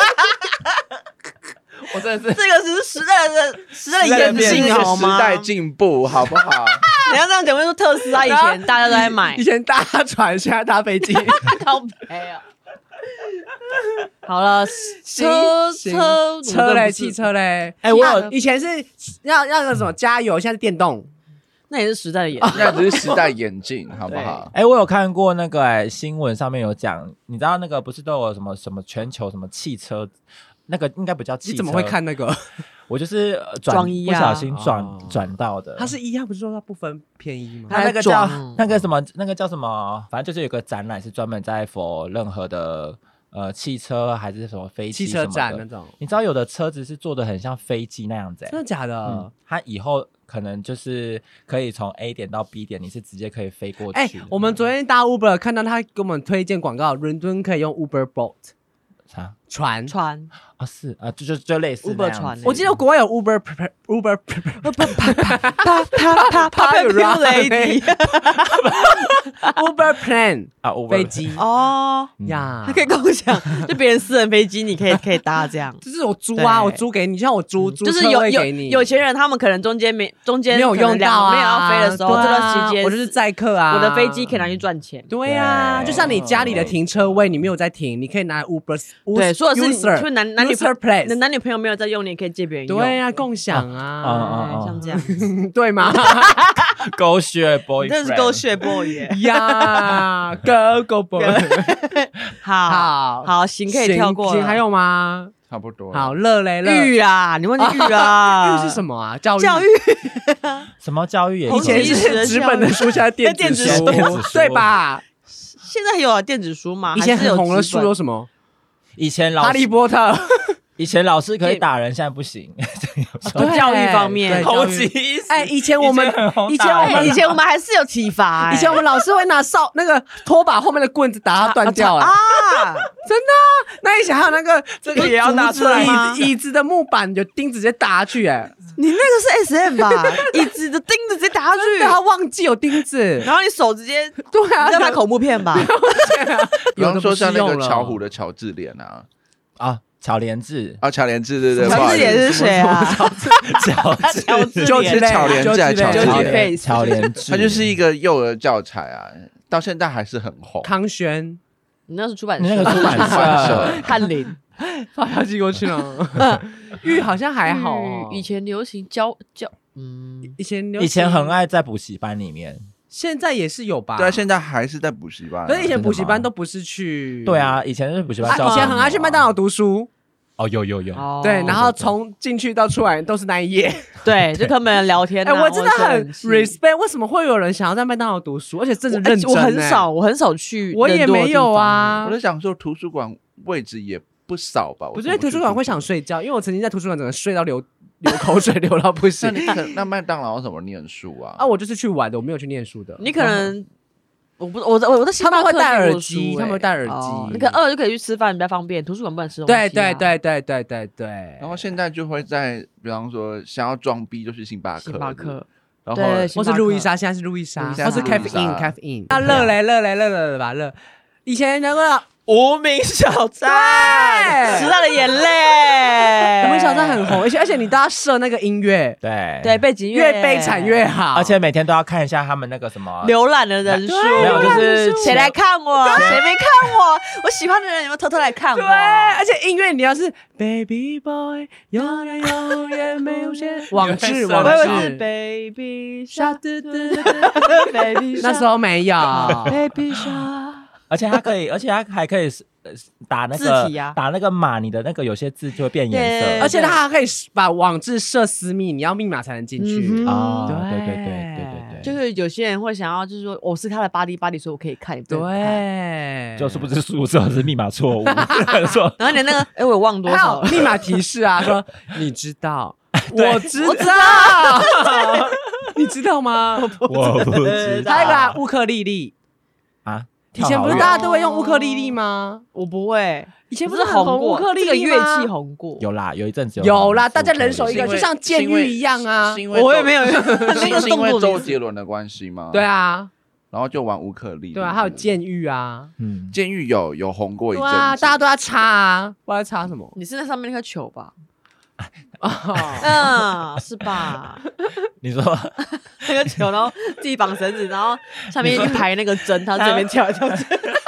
Speaker 3: 我真的是
Speaker 4: 这个只是时代的时代的演
Speaker 3: 时代的
Speaker 4: 进
Speaker 2: 是
Speaker 4: 好吗？
Speaker 2: 时代进步，好不好？
Speaker 4: 你要这样讲，会说特斯拉以前大家都在买
Speaker 1: 以，前搭船，现在搭飞机。
Speaker 4: 靠北啊。好了，车
Speaker 1: 行
Speaker 4: 车
Speaker 1: 车嘞，汽，车嘞。
Speaker 3: 哎我有
Speaker 1: 啊以前是要要那什么加油，现在是电动。
Speaker 4: 那也是时代的演进。
Speaker 2: 那只是时代演进，好不好？
Speaker 3: 哎、我有看过那个哎、新闻上面有讲，你知道那个不是都有什么什么全球什么汽车，那个应该不叫汽车。
Speaker 1: 你怎么会？看那个？
Speaker 3: 我就是呃转
Speaker 4: 装一啊
Speaker 3: 不小心转
Speaker 1: 哦
Speaker 3: 转到的。
Speaker 1: 它是一，它不是说它不分偏一吗？
Speaker 3: 它那个叫
Speaker 4: 装
Speaker 3: 那个什么那个叫什么，反正就是有个展览是专门在 for 任何的呃汽车还是什么飞机
Speaker 1: 汽车
Speaker 3: 什么的
Speaker 1: 展那种。
Speaker 3: 你知道有的车子是做的很像飞机那样子、欸，
Speaker 1: 真的假的
Speaker 3: 嗯？，它以后可能就是可以从 A 点到 B 点，你是直接可以飞过去。
Speaker 1: 哎、我们昨天搭 Uber 看到他给我们推荐广告，伦敦可以用 Uber Boat
Speaker 3: 啥
Speaker 1: 船。
Speaker 4: 船
Speaker 3: 啊是啊，就就就类似
Speaker 4: Uber
Speaker 3: 那样子
Speaker 4: 船欸
Speaker 1: 我记得国外有 Uber Uber
Speaker 4: 啪啪啪 lady
Speaker 1: Uber Plane
Speaker 3: 啊，Uber
Speaker 1: 飞机
Speaker 4: 哦，
Speaker 1: 呀
Speaker 4: 还，可以共享，就别人私人飞机，你可以可以搭这样。
Speaker 1: 就是我租啊，
Speaker 4: 对
Speaker 1: 我租给你，就像我租租
Speaker 4: 就是
Speaker 1: 车
Speaker 4: 有有
Speaker 1: 位给你，
Speaker 4: 有钱人，他们可能中间没中间
Speaker 1: 没有
Speaker 4: 可能
Speaker 1: 用到啊，
Speaker 4: 两个没有要飞的时候，
Speaker 1: 对啊
Speaker 4: 这段时间
Speaker 1: 我就是载客啊，
Speaker 4: 我的飞机可以拿去赚钱。
Speaker 1: 对啊，
Speaker 3: 对
Speaker 1: 就像你家里的停车位，你没有在停，你可以拿来 Uber，
Speaker 4: 对，说的是你
Speaker 1: user
Speaker 4: 就男男女朋
Speaker 1: user
Speaker 4: 友，
Speaker 1: place
Speaker 4: 你的男女朋友没有在用，你也可以借别人用。
Speaker 1: 对啊，共享
Speaker 3: 哦
Speaker 1: 啊，
Speaker 3: 哦哦
Speaker 4: 像这样，
Speaker 1: 对吗？
Speaker 3: 狗血 boy，
Speaker 4: 你真的是够血 boy 耶！
Speaker 1: 呀，Go Go Boy，
Speaker 4: 好
Speaker 1: 好
Speaker 4: 好行，可以跳过了。
Speaker 1: 行还有吗？
Speaker 2: 差不多。
Speaker 1: 好，乐嘞乐，
Speaker 4: 育啊，你忘记育啦？
Speaker 1: 育是什么啊？教育
Speaker 4: 教育
Speaker 3: 什么教育也
Speaker 1: 以前
Speaker 4: 红旗
Speaker 1: 是纸本的书，现在电子
Speaker 4: 电子
Speaker 1: 书，
Speaker 3: 书
Speaker 1: 对吧？
Speaker 4: 现在有电子书吗？
Speaker 1: 以前
Speaker 4: 还是有
Speaker 1: 很红的书
Speaker 4: 纸本
Speaker 1: 有什么？
Speaker 3: 以前老师
Speaker 1: 哈利波特，
Speaker 3: 以前老师可以打人，现在不行。
Speaker 4: 对教育方面，
Speaker 3: 红极一时。
Speaker 1: 哎，以前我们以前我们
Speaker 4: 以前我们还是有体罚，
Speaker 1: 以前我们老师会拿扫那个拖把后面的棍子打它断掉啊，真的。那以前还有那个
Speaker 3: 这个也要拿出来
Speaker 1: 吗？椅子的木板有钉子直接打下去，哎，
Speaker 4: 你那个是 S M 吧？椅子的钉子直接打下去，
Speaker 1: 他忘记有钉子，
Speaker 4: 然后你手直接
Speaker 1: 对啊，
Speaker 4: 要拍恐怖片吧？
Speaker 2: 比方说像那个巧虎的乔治脸啊
Speaker 3: 啊。乔连志
Speaker 2: 啊，乔连志对对，
Speaker 4: 乔治脸是谁啊？
Speaker 3: 乔治，
Speaker 4: 乔治
Speaker 2: 就是乔连志，乔治脸，
Speaker 3: 乔连志，
Speaker 2: 他就是一个幼儿教材啊，到现在还是很红。
Speaker 1: 康轩，
Speaker 4: 你那是出版社，
Speaker 3: 那个出版社，
Speaker 4: 翰林，
Speaker 1: 发票寄过去了。玉好像还好，
Speaker 4: 以前流行教教，嗯，
Speaker 1: 以前
Speaker 3: 以前很爱在补习班里面。
Speaker 1: 现在也是有吧？
Speaker 2: 对，现在还是在补习班。
Speaker 1: 可是以前补习班都不是去。
Speaker 3: 对啊，以前是补习班。
Speaker 1: 以前很爱去麦当劳读书。
Speaker 3: 哦，有有有。
Speaker 1: 对，然后从进去到出来都是那一页。
Speaker 4: 对，就跟他们聊天。
Speaker 1: 哎，我真的很 respect， 为什么会有人想要在麦当劳读书，而且真的认真？
Speaker 4: 我很少，我很少去。
Speaker 1: 我也没有啊。
Speaker 2: 我在想说，图书馆位置也不少吧？
Speaker 1: 我觉得图书馆会想睡觉，因为我曾经在图书馆整个睡到流。流口水流到不行。
Speaker 2: 那你可那麦当劳怎么念书啊？
Speaker 1: 啊，我就是去玩的，我没有去念书的。
Speaker 4: 你可能我不我我我在
Speaker 1: 他们会戴耳机，他们会戴耳机。
Speaker 4: 你可能饿了就可以去吃饭，比较方便。图书馆不能吃东西。
Speaker 1: 对对对对对对对。
Speaker 2: 然后现在就会在，比方说想要装逼，就去星巴克。
Speaker 4: 星巴克。
Speaker 2: 然后
Speaker 1: 或是路易莎，现在是路易莎，或是 Cafe In Cafe In。啊，乐嘞乐嘞乐了吧乐。以前那个。
Speaker 3: 无名小站，
Speaker 4: 时代的眼泪。
Speaker 1: 无名小站很红，而且而且你都要设那个音乐，
Speaker 3: 对
Speaker 4: 对，背景
Speaker 1: 越悲惨越好，
Speaker 3: 而且每天都要看一下他们那个什么
Speaker 4: 浏览的人数，
Speaker 3: 没有就是
Speaker 4: 谁来看我，谁没看我，我喜欢的人有没有偷偷来看我？
Speaker 1: 对，而且音乐你要是 Baby Boy， 永远永远没有限，网志网志
Speaker 4: ，Baby
Speaker 1: Shark，
Speaker 4: Baby，
Speaker 1: 那时候没有
Speaker 4: Baby Shark。
Speaker 3: 而且它可以，而且它还可以打那个
Speaker 4: 字体啊，
Speaker 3: 打那个码，你的那个有些字就会变颜色，
Speaker 1: 而且它还可以把网志设私密，你要密码才能进去
Speaker 3: 啊！对对对对对对，
Speaker 4: 就是有些人会想要，就是说我是他的巴黎巴黎，所以我可以看，
Speaker 1: 对，
Speaker 3: 就是不是输错，是密码错误，错。
Speaker 4: 然后你那个，哎，我有忘多少
Speaker 1: 密码提示啊，说你知道，我知道，你知道吗？
Speaker 3: 我不知道。
Speaker 1: 还有个乌克丽丽
Speaker 3: 啊。
Speaker 1: 以前不是大家都会用乌克丽丽吗？
Speaker 4: 我不会，
Speaker 1: 以前不是红过乌克丽丽
Speaker 4: 吗？这个乐器红过，
Speaker 3: 有啦，有一阵子有
Speaker 1: 有啦，大家人手一个，就像监狱一样啊。
Speaker 4: 我也没有，
Speaker 2: 是因为周杰伦的关系吗？
Speaker 1: 对啊，
Speaker 2: 然后就玩乌克丽丽。
Speaker 1: 对啊，还有监狱啊，
Speaker 2: 嗯，监狱有有红过一阵子，
Speaker 1: 大家都在插啊，不知道在插什么。
Speaker 4: 你是那上面那颗球吧？嗯，是吧？
Speaker 3: 你说
Speaker 4: 那个球，然后自己绑绳子，然后上面一排那个针，他这边跳跳跳。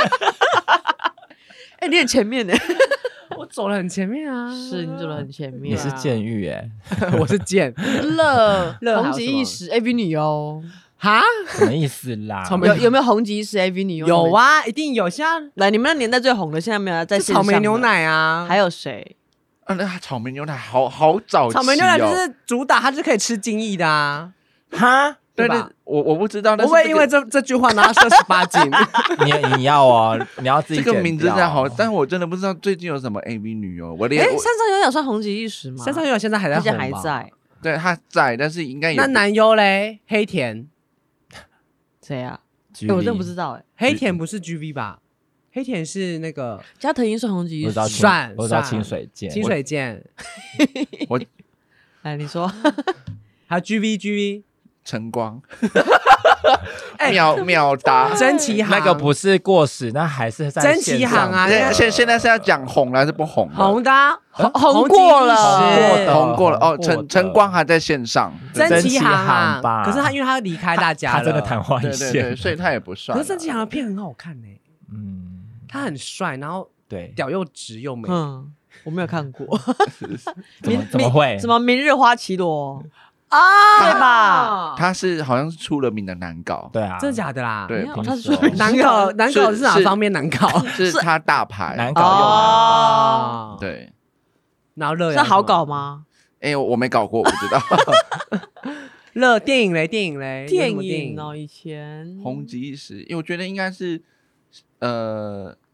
Speaker 4: 哎，你很前面呢，
Speaker 1: 我走了很前面啊。
Speaker 4: 是你走了很前面，
Speaker 3: 你是监狱哎，
Speaker 1: 我是监
Speaker 4: 乐红极一时 A V 女优
Speaker 1: 哈？
Speaker 3: 什么意思啦？
Speaker 4: 有有没有红极一时 A V 女优？
Speaker 1: 有啊，一定有。现在
Speaker 4: 来，你们那年代最红的，现在没有在线上。
Speaker 1: 草莓牛奶啊，
Speaker 4: 还有谁？
Speaker 2: 啊，那草莓牛奶好好早期哦，
Speaker 1: 草莓牛奶就是主打，它是可以吃精益的啊。
Speaker 3: 哈，
Speaker 2: 对对，我我不知道，
Speaker 1: 不会因为这这句话拿到十八斤。
Speaker 3: 你你要哦，你要自己
Speaker 2: 这个名字真好，但我真的不知道最近有什么 A V 女优。我连
Speaker 4: 哎，山上优雅算红极一时吗？
Speaker 1: 山上优雅现在还在红
Speaker 4: 还在，
Speaker 2: 对，他在，但是应该有。
Speaker 1: 那男优嘞，黑田
Speaker 4: 谁啊？我真的不知道哎，
Speaker 1: 黑田不是 G V 吧？黑田是那个
Speaker 4: 加藤鹰算红极一时，
Speaker 1: 算
Speaker 3: 我知道清水剑，
Speaker 1: 清水剑。
Speaker 2: 我
Speaker 4: 来你说，
Speaker 1: 还有 G V G V
Speaker 2: 晨光，秒秒答
Speaker 1: 真奇航，
Speaker 3: 那个不是过时，那还是在
Speaker 1: 真奇航啊！
Speaker 2: 现现在是要讲红了还是不红？
Speaker 1: 红的
Speaker 4: 红红过了，
Speaker 2: 红过了哦。晨晨光还在线上，
Speaker 1: 真奇航吧？可是他因为他离开大家了，
Speaker 3: 他真的昙花一现，
Speaker 2: 所以他也不算。
Speaker 1: 可是真奇航的片很好看呢，嗯。他很帅，然后
Speaker 3: 对
Speaker 1: 屌又直又美。
Speaker 4: 嗯，我没有看过。
Speaker 3: 怎么怎么会？
Speaker 4: 什么明日花绮罗
Speaker 1: 啊？
Speaker 4: 对吧？
Speaker 2: 他是好像是出了名的难搞。
Speaker 3: 对啊，
Speaker 1: 真的假的啦？
Speaker 2: 对，
Speaker 4: 他是
Speaker 1: 难搞，难搞是哪方面难搞？
Speaker 2: 是他大牌
Speaker 3: 难搞又难搞。
Speaker 2: 对，
Speaker 1: 然后乐
Speaker 4: 是好搞吗？
Speaker 2: 哎，我没搞过，我不知道。
Speaker 1: 乐电影嘞，电影嘞，
Speaker 4: 电影哦，以前
Speaker 2: 红极一时，因为我觉得应该是。呃，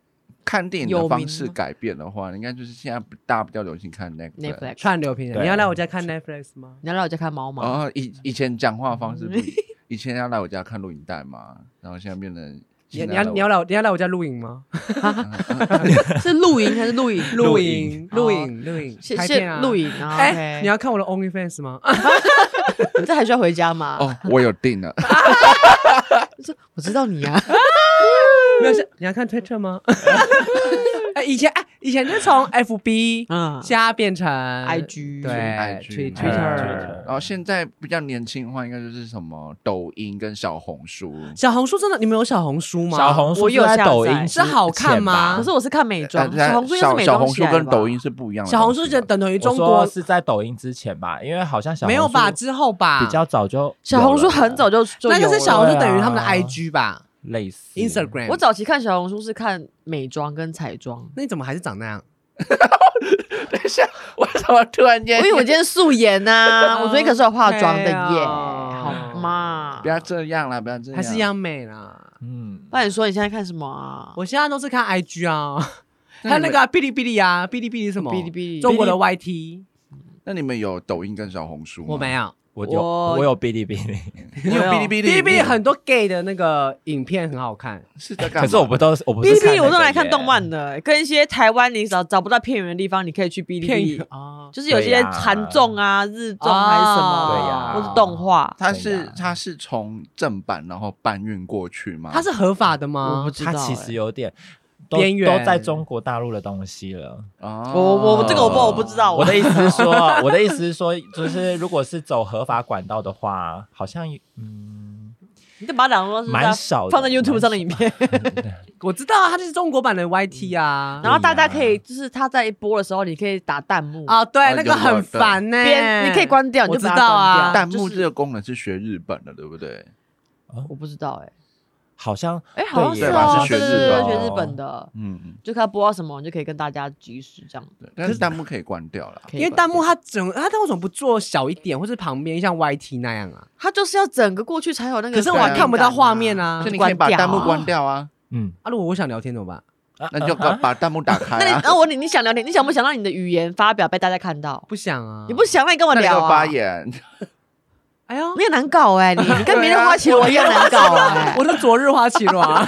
Speaker 2: 看电影的方式改变的话，应该就是现在大家比较流行看 Netflix
Speaker 1: 串流平台。你要来我家看 Netflix 吗？
Speaker 4: 你要来我家看猫吗？
Speaker 2: 哦，以以前讲话方式不，以前要来我家看录影带嘛，然后现在变成
Speaker 1: 你你要你要来你要来我家录影吗？
Speaker 4: 是露营还是露营？
Speaker 1: 录影录影录影，
Speaker 4: 谢谢录影啊！
Speaker 1: 哎，你要看我的 OnlyFans 吗？
Speaker 4: 你这还需要回家吗？
Speaker 2: 哦，我有订了。
Speaker 4: 我知道你啊。
Speaker 1: 没有，你要看 Twitter 吗？哎，以前哎，以前就从 F B 嗯，现在变成
Speaker 4: I G
Speaker 1: 对
Speaker 2: Twitter， 然后现在比较年轻的话，应该就是什么抖音跟小红书。
Speaker 1: 小红书真的，你们有小红书吗？
Speaker 3: 小红书
Speaker 4: 有
Speaker 3: 在抖音
Speaker 1: 是好看吗？
Speaker 4: 可是我是看美妆，小红书是美妆。
Speaker 2: 小红书跟抖音是不一样的。
Speaker 1: 小红书就等同于中国
Speaker 3: 是在抖音之前吧，因为好像小红书
Speaker 1: 没有吧，之后吧，
Speaker 3: 比较早就
Speaker 4: 小红书很早就就
Speaker 1: 那就是小红书等于他们的 I G 吧。
Speaker 3: 类似
Speaker 1: Instagram，
Speaker 4: 我早期看小红书是看美妆跟彩妆，
Speaker 1: 那你怎么还是长那样？
Speaker 2: 等一下，为什么突然间？
Speaker 4: 因为我今天素颜呐，我昨天可是有化妆的耶，好吗？
Speaker 2: 不要这样啦，不要这样，
Speaker 1: 还是一样美啦。
Speaker 3: 嗯，
Speaker 4: 那你说你现在看什么啊？
Speaker 1: 我现在都是看 I G 啊，还有那个哔哩哔哩啊，哔哩哔哩什么？
Speaker 4: 哔哩哔哩，
Speaker 1: 中国的 Y T。
Speaker 2: 那你们有抖音跟小红书吗？
Speaker 1: 我没有。
Speaker 3: 我有我有哔哩哔哩，
Speaker 2: 你有哔哩哔哩，
Speaker 1: 哔哩哔哩很多 gay 的那个影片很好看，
Speaker 2: 是在干嘛？
Speaker 3: 可是我不都我不是
Speaker 4: 哔哩哔哩，我都来看动漫的，跟一些台湾你找找不到片源的地方，你可以去哔哩哔哩啊，就是有些韩综啊、日综还是什么，
Speaker 3: 对呀，
Speaker 4: 或是动画。
Speaker 2: 它是它是从正版然后搬运过去吗？
Speaker 1: 它是合法的吗？
Speaker 4: 我不知道，
Speaker 3: 它其实有点。
Speaker 1: 边缘
Speaker 3: 都在中国大陆的东西了。
Speaker 2: 哦，
Speaker 4: 我我这个我不我不知道。
Speaker 3: 我的意思是说，我的意思是说，就是如果是走合法管道的话，好像嗯，
Speaker 4: 你就把它当作是
Speaker 3: 蛮少
Speaker 4: 放在 YouTube 上的影片。
Speaker 1: 我知道啊，它就是中国版的 Y T 啊。
Speaker 4: 然后大家可以就是它在播的时候，你可以打弹幕
Speaker 1: 啊，对，那个很烦呢。
Speaker 4: 边你可以关掉，你就
Speaker 1: 知道啊。
Speaker 2: 弹幕这个功能是学日本的，对不对？
Speaker 4: 我不知道哎。
Speaker 3: 好像
Speaker 4: 哎，好像是哦，对对对，学日本的，嗯嗯，就看播到什么，你就可以跟大家即时这样。
Speaker 2: 但是弹幕可以关掉了，
Speaker 1: 因为弹幕它整它它为什么不做小一点，或是旁边像 Y T 那样啊？
Speaker 4: 它就是要整个过去才有那个。
Speaker 1: 可是我还看不到画面啊，
Speaker 2: 所以你可以把弹幕关掉啊。
Speaker 3: 嗯，
Speaker 1: 啊，如果我想聊天怎么办？
Speaker 2: 那你就把弹幕打开。
Speaker 4: 那你那我你你想聊天，你想不想让你的语言发表被大家看到？
Speaker 1: 不想啊，
Speaker 4: 你不想，那你跟我聊啊。
Speaker 2: 发言。
Speaker 1: 哎呦，
Speaker 4: 你也难搞哎，你你跟别人花钱我一样难搞哎，
Speaker 1: 我是昨日花旗了。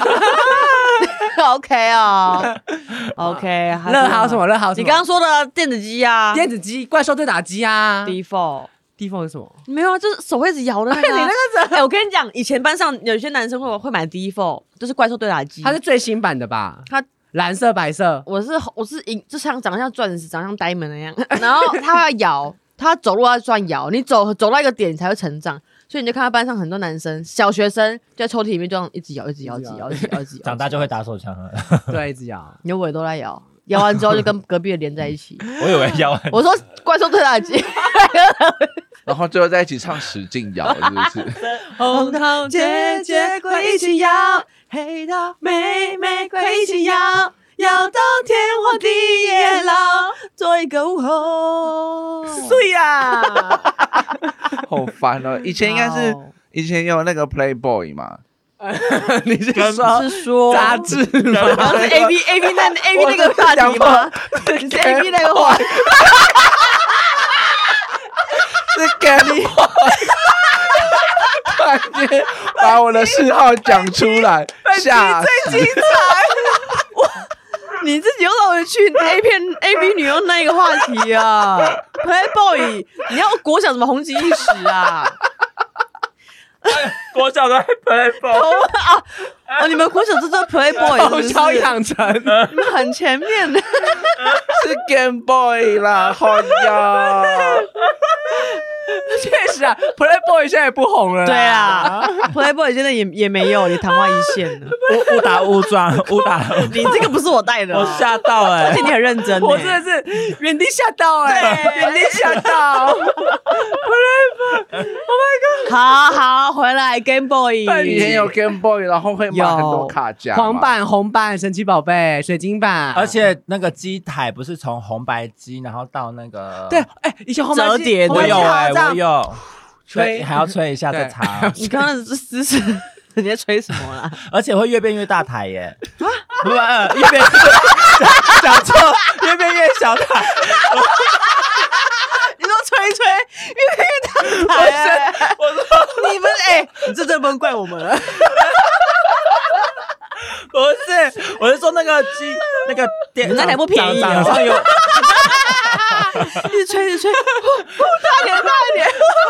Speaker 4: OK 哦 ，OK，
Speaker 1: 乐还有什么？乐还有什么？
Speaker 4: 你刚刚说的电子鸡啊，
Speaker 1: 电子鸡、怪兽对打机啊
Speaker 4: ，Default
Speaker 1: Default 是什么？
Speaker 4: 没有啊，就是手会一直摇的那个。你那个，哎，我跟你讲，以前班上有些男生会会买 Default，就是怪兽对打机，
Speaker 1: 它是最新版的吧？它蓝色、白色，
Speaker 4: 我是我是银，就像长得像钻石，长得像 diamond 那样，然后它会摇。他走路要转摇，你走走到一个点你才会成长，所以你就看到班上很多男生、小学生就在抽屉里面这样一直摇、一直摇、一直摇、一直摇、一直摇，
Speaker 3: 长大就会打手枪了。
Speaker 1: 对，一直摇，
Speaker 4: 牛尾都在摇，摇完之后就跟隔壁的连在一起。
Speaker 3: 我以为摇完，
Speaker 4: 我说怪兽对打机，
Speaker 2: 然后最后在一起唱使劲摇，是不是？
Speaker 1: 红桃姐姐快一起摇，黑桃妹妹快一起摇。摇到天荒地老，做一个午后，碎呀！
Speaker 2: 好烦哦！以前应该是以前有那个 Playboy 嘛？
Speaker 1: 你是说
Speaker 4: 是说
Speaker 1: 杂志吗？
Speaker 4: 是 A V A V 那 A V 那个话题吗？你是 A V 那个话题？
Speaker 2: 是给你突然间把我的嗜好讲出来，吓死！
Speaker 1: 最精彩！
Speaker 4: 你自己又让我去 A 片 A V 女优那一个话题啊 ，Playboy， 你要国小怎么红极一时啊？
Speaker 3: 国小的 Playboy
Speaker 4: 啊！哦，你们国小就做 Playboy，
Speaker 1: 从小养成，
Speaker 4: 你们很前面的，
Speaker 2: 是 Game Boy 啦，好呀。
Speaker 1: 确实啊 ，Playboy 现在也不红了。
Speaker 4: 对啊 ，Playboy 现在也也没有，也昙花一现了。
Speaker 3: 误误打误撞，误打。
Speaker 4: 你这个不是我带的，
Speaker 3: 我吓到哎，
Speaker 4: 而且你很认真，
Speaker 1: 我真的是原地吓到哎，原地吓到。Playboy，Oh my god！
Speaker 4: 好好回来 Game Boy，
Speaker 2: 以前有 Game Boy， 然后会买很多卡夹，
Speaker 1: 黄版、红版、神奇宝贝、水晶版，
Speaker 3: 而且那个机台不是从红白机，然后到那个
Speaker 1: 对，哎，以前红白机
Speaker 3: 我有哎，我有
Speaker 1: 吹，
Speaker 3: 还要吹一下再插。
Speaker 4: 你刚刚是姿势，你在吹什么啦？
Speaker 3: 而且会越变越大台耶！ 不不，越变讲错，越变越小台。
Speaker 1: 你说吹吹，越变越大台。
Speaker 3: 我说
Speaker 1: 你们哎，你这真不能怪我们了。
Speaker 3: 不是，我是说那个机那个电
Speaker 1: 那台不便宜哦
Speaker 3: 掌上有。
Speaker 1: 一直吹一直吹，大点大点。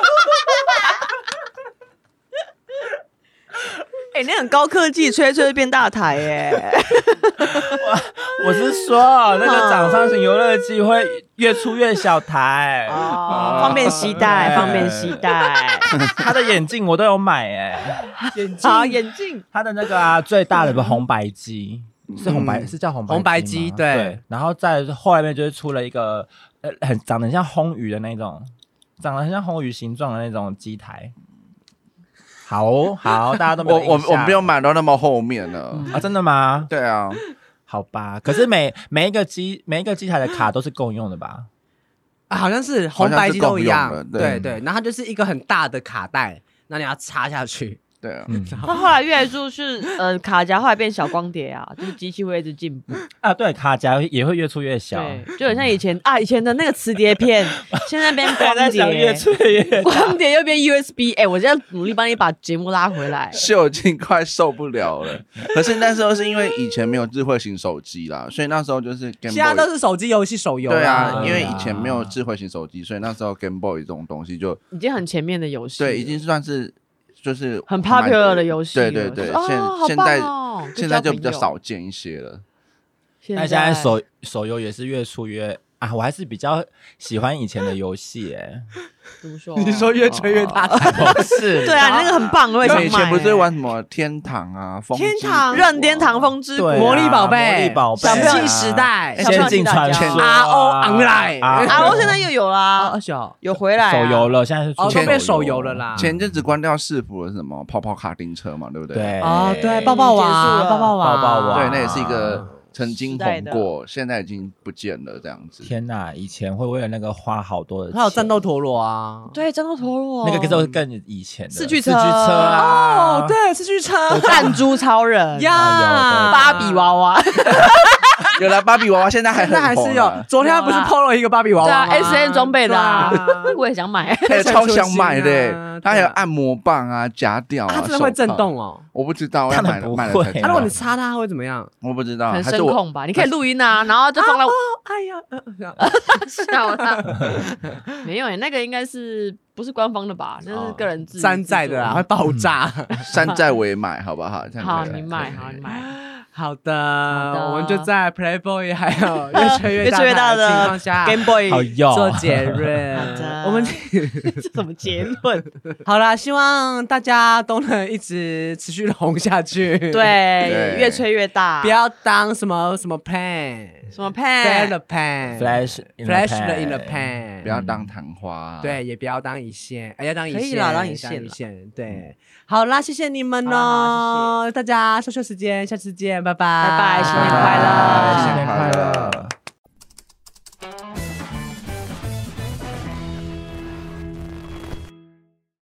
Speaker 1: 哎、欸，你很高科技，吹吹变大台耶！
Speaker 3: 我是说，那个掌上型游乐器会越出越小台，
Speaker 1: 哦，方便携带，方便携带。
Speaker 3: 他的眼镜我都有买哎，
Speaker 1: 眼镜啊，眼镜，
Speaker 3: 他的那个啊最大的不红白机。是红白、嗯、是叫红白
Speaker 5: 红白机 对,
Speaker 3: 对，然后再后面就是出了一个呃很长得很像烘鱼的那种，长得很像烘鱼形状的那种机台。好好，大家都没有印象。
Speaker 2: 我我我没有买到那么后面了、
Speaker 3: 嗯、啊，真的吗？
Speaker 2: 对啊，
Speaker 3: 好吧。可是每每一个机每一个机台的卡都是共用的吧？
Speaker 5: 啊，好像是红白机都一样，
Speaker 2: 对
Speaker 5: 对, 对，然后它就是一个很大的卡带，那你要插下去。
Speaker 2: 对啊，
Speaker 1: 嗯，那后来越来就是呃卡夹后来变小光碟啊，就是机器会一直进步
Speaker 3: 啊，对，卡夹也会越出越小，
Speaker 1: 对，就很像以前啊，以前的那个磁碟片，现在变光碟，
Speaker 3: 越出越大，
Speaker 1: 光碟又变 U S B， 哎、欸，我现在努力帮你把节目拉回来，
Speaker 2: 秀已经快受不了了。可是那时候是因为以前没有智慧型手机啦，所以那时候就是 Game Boy，
Speaker 5: 现在都是手机游戏手游，
Speaker 2: 对啊，因为以前没有智慧型手机，所以那时候 Game Boy 这种东西就
Speaker 1: 已经很前面的游戏，
Speaker 2: 对，已经算是。就是
Speaker 1: 很 popular 的游戏，
Speaker 2: 对对对，
Speaker 1: 哦、
Speaker 2: 现
Speaker 1: 好
Speaker 2: 现在、
Speaker 1: 哦、
Speaker 2: 现在就比较少见一些了。
Speaker 1: 现
Speaker 3: 在现在手手游也是越出越啊，我还是比较喜欢以前的游戏哎。
Speaker 1: 怎么说？
Speaker 5: 你说越吹越大，
Speaker 3: 不是？
Speaker 1: 对啊，你那个很棒，我也想买、欸。
Speaker 2: 以前不是玩什么天堂啊、风
Speaker 1: 天堂、任天堂、风之谷、
Speaker 5: 魔力宝贝、
Speaker 3: 魔力宝贝、
Speaker 5: 小朋友时代、
Speaker 3: 仙境传说、
Speaker 5: R O Online、
Speaker 1: R O 现在又有啦，
Speaker 5: 二小
Speaker 1: 有回来
Speaker 3: 手游了，现在是
Speaker 5: 哦，都变手游了啦。
Speaker 2: 前阵子关掉市府的什么跑跑卡丁车嘛，对不对？
Speaker 3: 对
Speaker 5: 哦，对，抱抱娃、抱抱娃、
Speaker 3: 抱抱娃，
Speaker 2: 对，那也是一个。曾经红过，现在已经不见了，这样子。
Speaker 3: 天哪，以前会为了那个花好多的钱。
Speaker 5: 还有战斗陀螺啊，
Speaker 1: 对，战斗陀螺，
Speaker 3: 那个就是更以前的
Speaker 1: 四驱车，
Speaker 3: 四驱车啊，
Speaker 5: 哦，对，四驱车，
Speaker 1: 弹珠超人
Speaker 5: 呀，
Speaker 1: 芭比娃娃。
Speaker 2: 有了芭比娃娃，现在还很
Speaker 5: 还是有。昨天不是 P O 了一个芭比娃娃，
Speaker 1: 对啊 ，S N 装备的啊，我也想买，
Speaker 2: 超想买的。它还有按摩棒啊、夹吊啊，
Speaker 5: 它真的会震动哦。
Speaker 2: 我不知道，要买买了才知道。
Speaker 5: 如果你插它会怎么样？
Speaker 2: 我不知道，
Speaker 1: 很声控吧？你可以录音啊，然后就放到。
Speaker 5: 哎呀，
Speaker 1: 笑他。没有，那个应该是不是官方的吧？那是个人自
Speaker 5: 山寨的啊，会爆炸。
Speaker 2: 山寨我也买，好不好？
Speaker 1: 好，你买，好，你买。
Speaker 5: 好的，我们就在 Playboy 还有越吹越大的情况下
Speaker 1: ，Game Boy
Speaker 5: 做结论。我们
Speaker 1: 什么结论？
Speaker 5: 好啦，希望大家都能一直持续红下去。
Speaker 1: 对，越吹越大，
Speaker 5: 不要当什么什么 pan，
Speaker 1: 什么 pan，
Speaker 5: the pan，flash
Speaker 3: flash
Speaker 5: in the pan，
Speaker 2: 不要当昙花，
Speaker 5: 对，也不要当一线，哎，要当一线，
Speaker 1: 可以啦，当一线，
Speaker 5: 一线，对。好啦，谢谢你们哦，大家收收时间，下次见，拜拜，
Speaker 1: 拜拜，新年快乐，
Speaker 3: 新年快乐。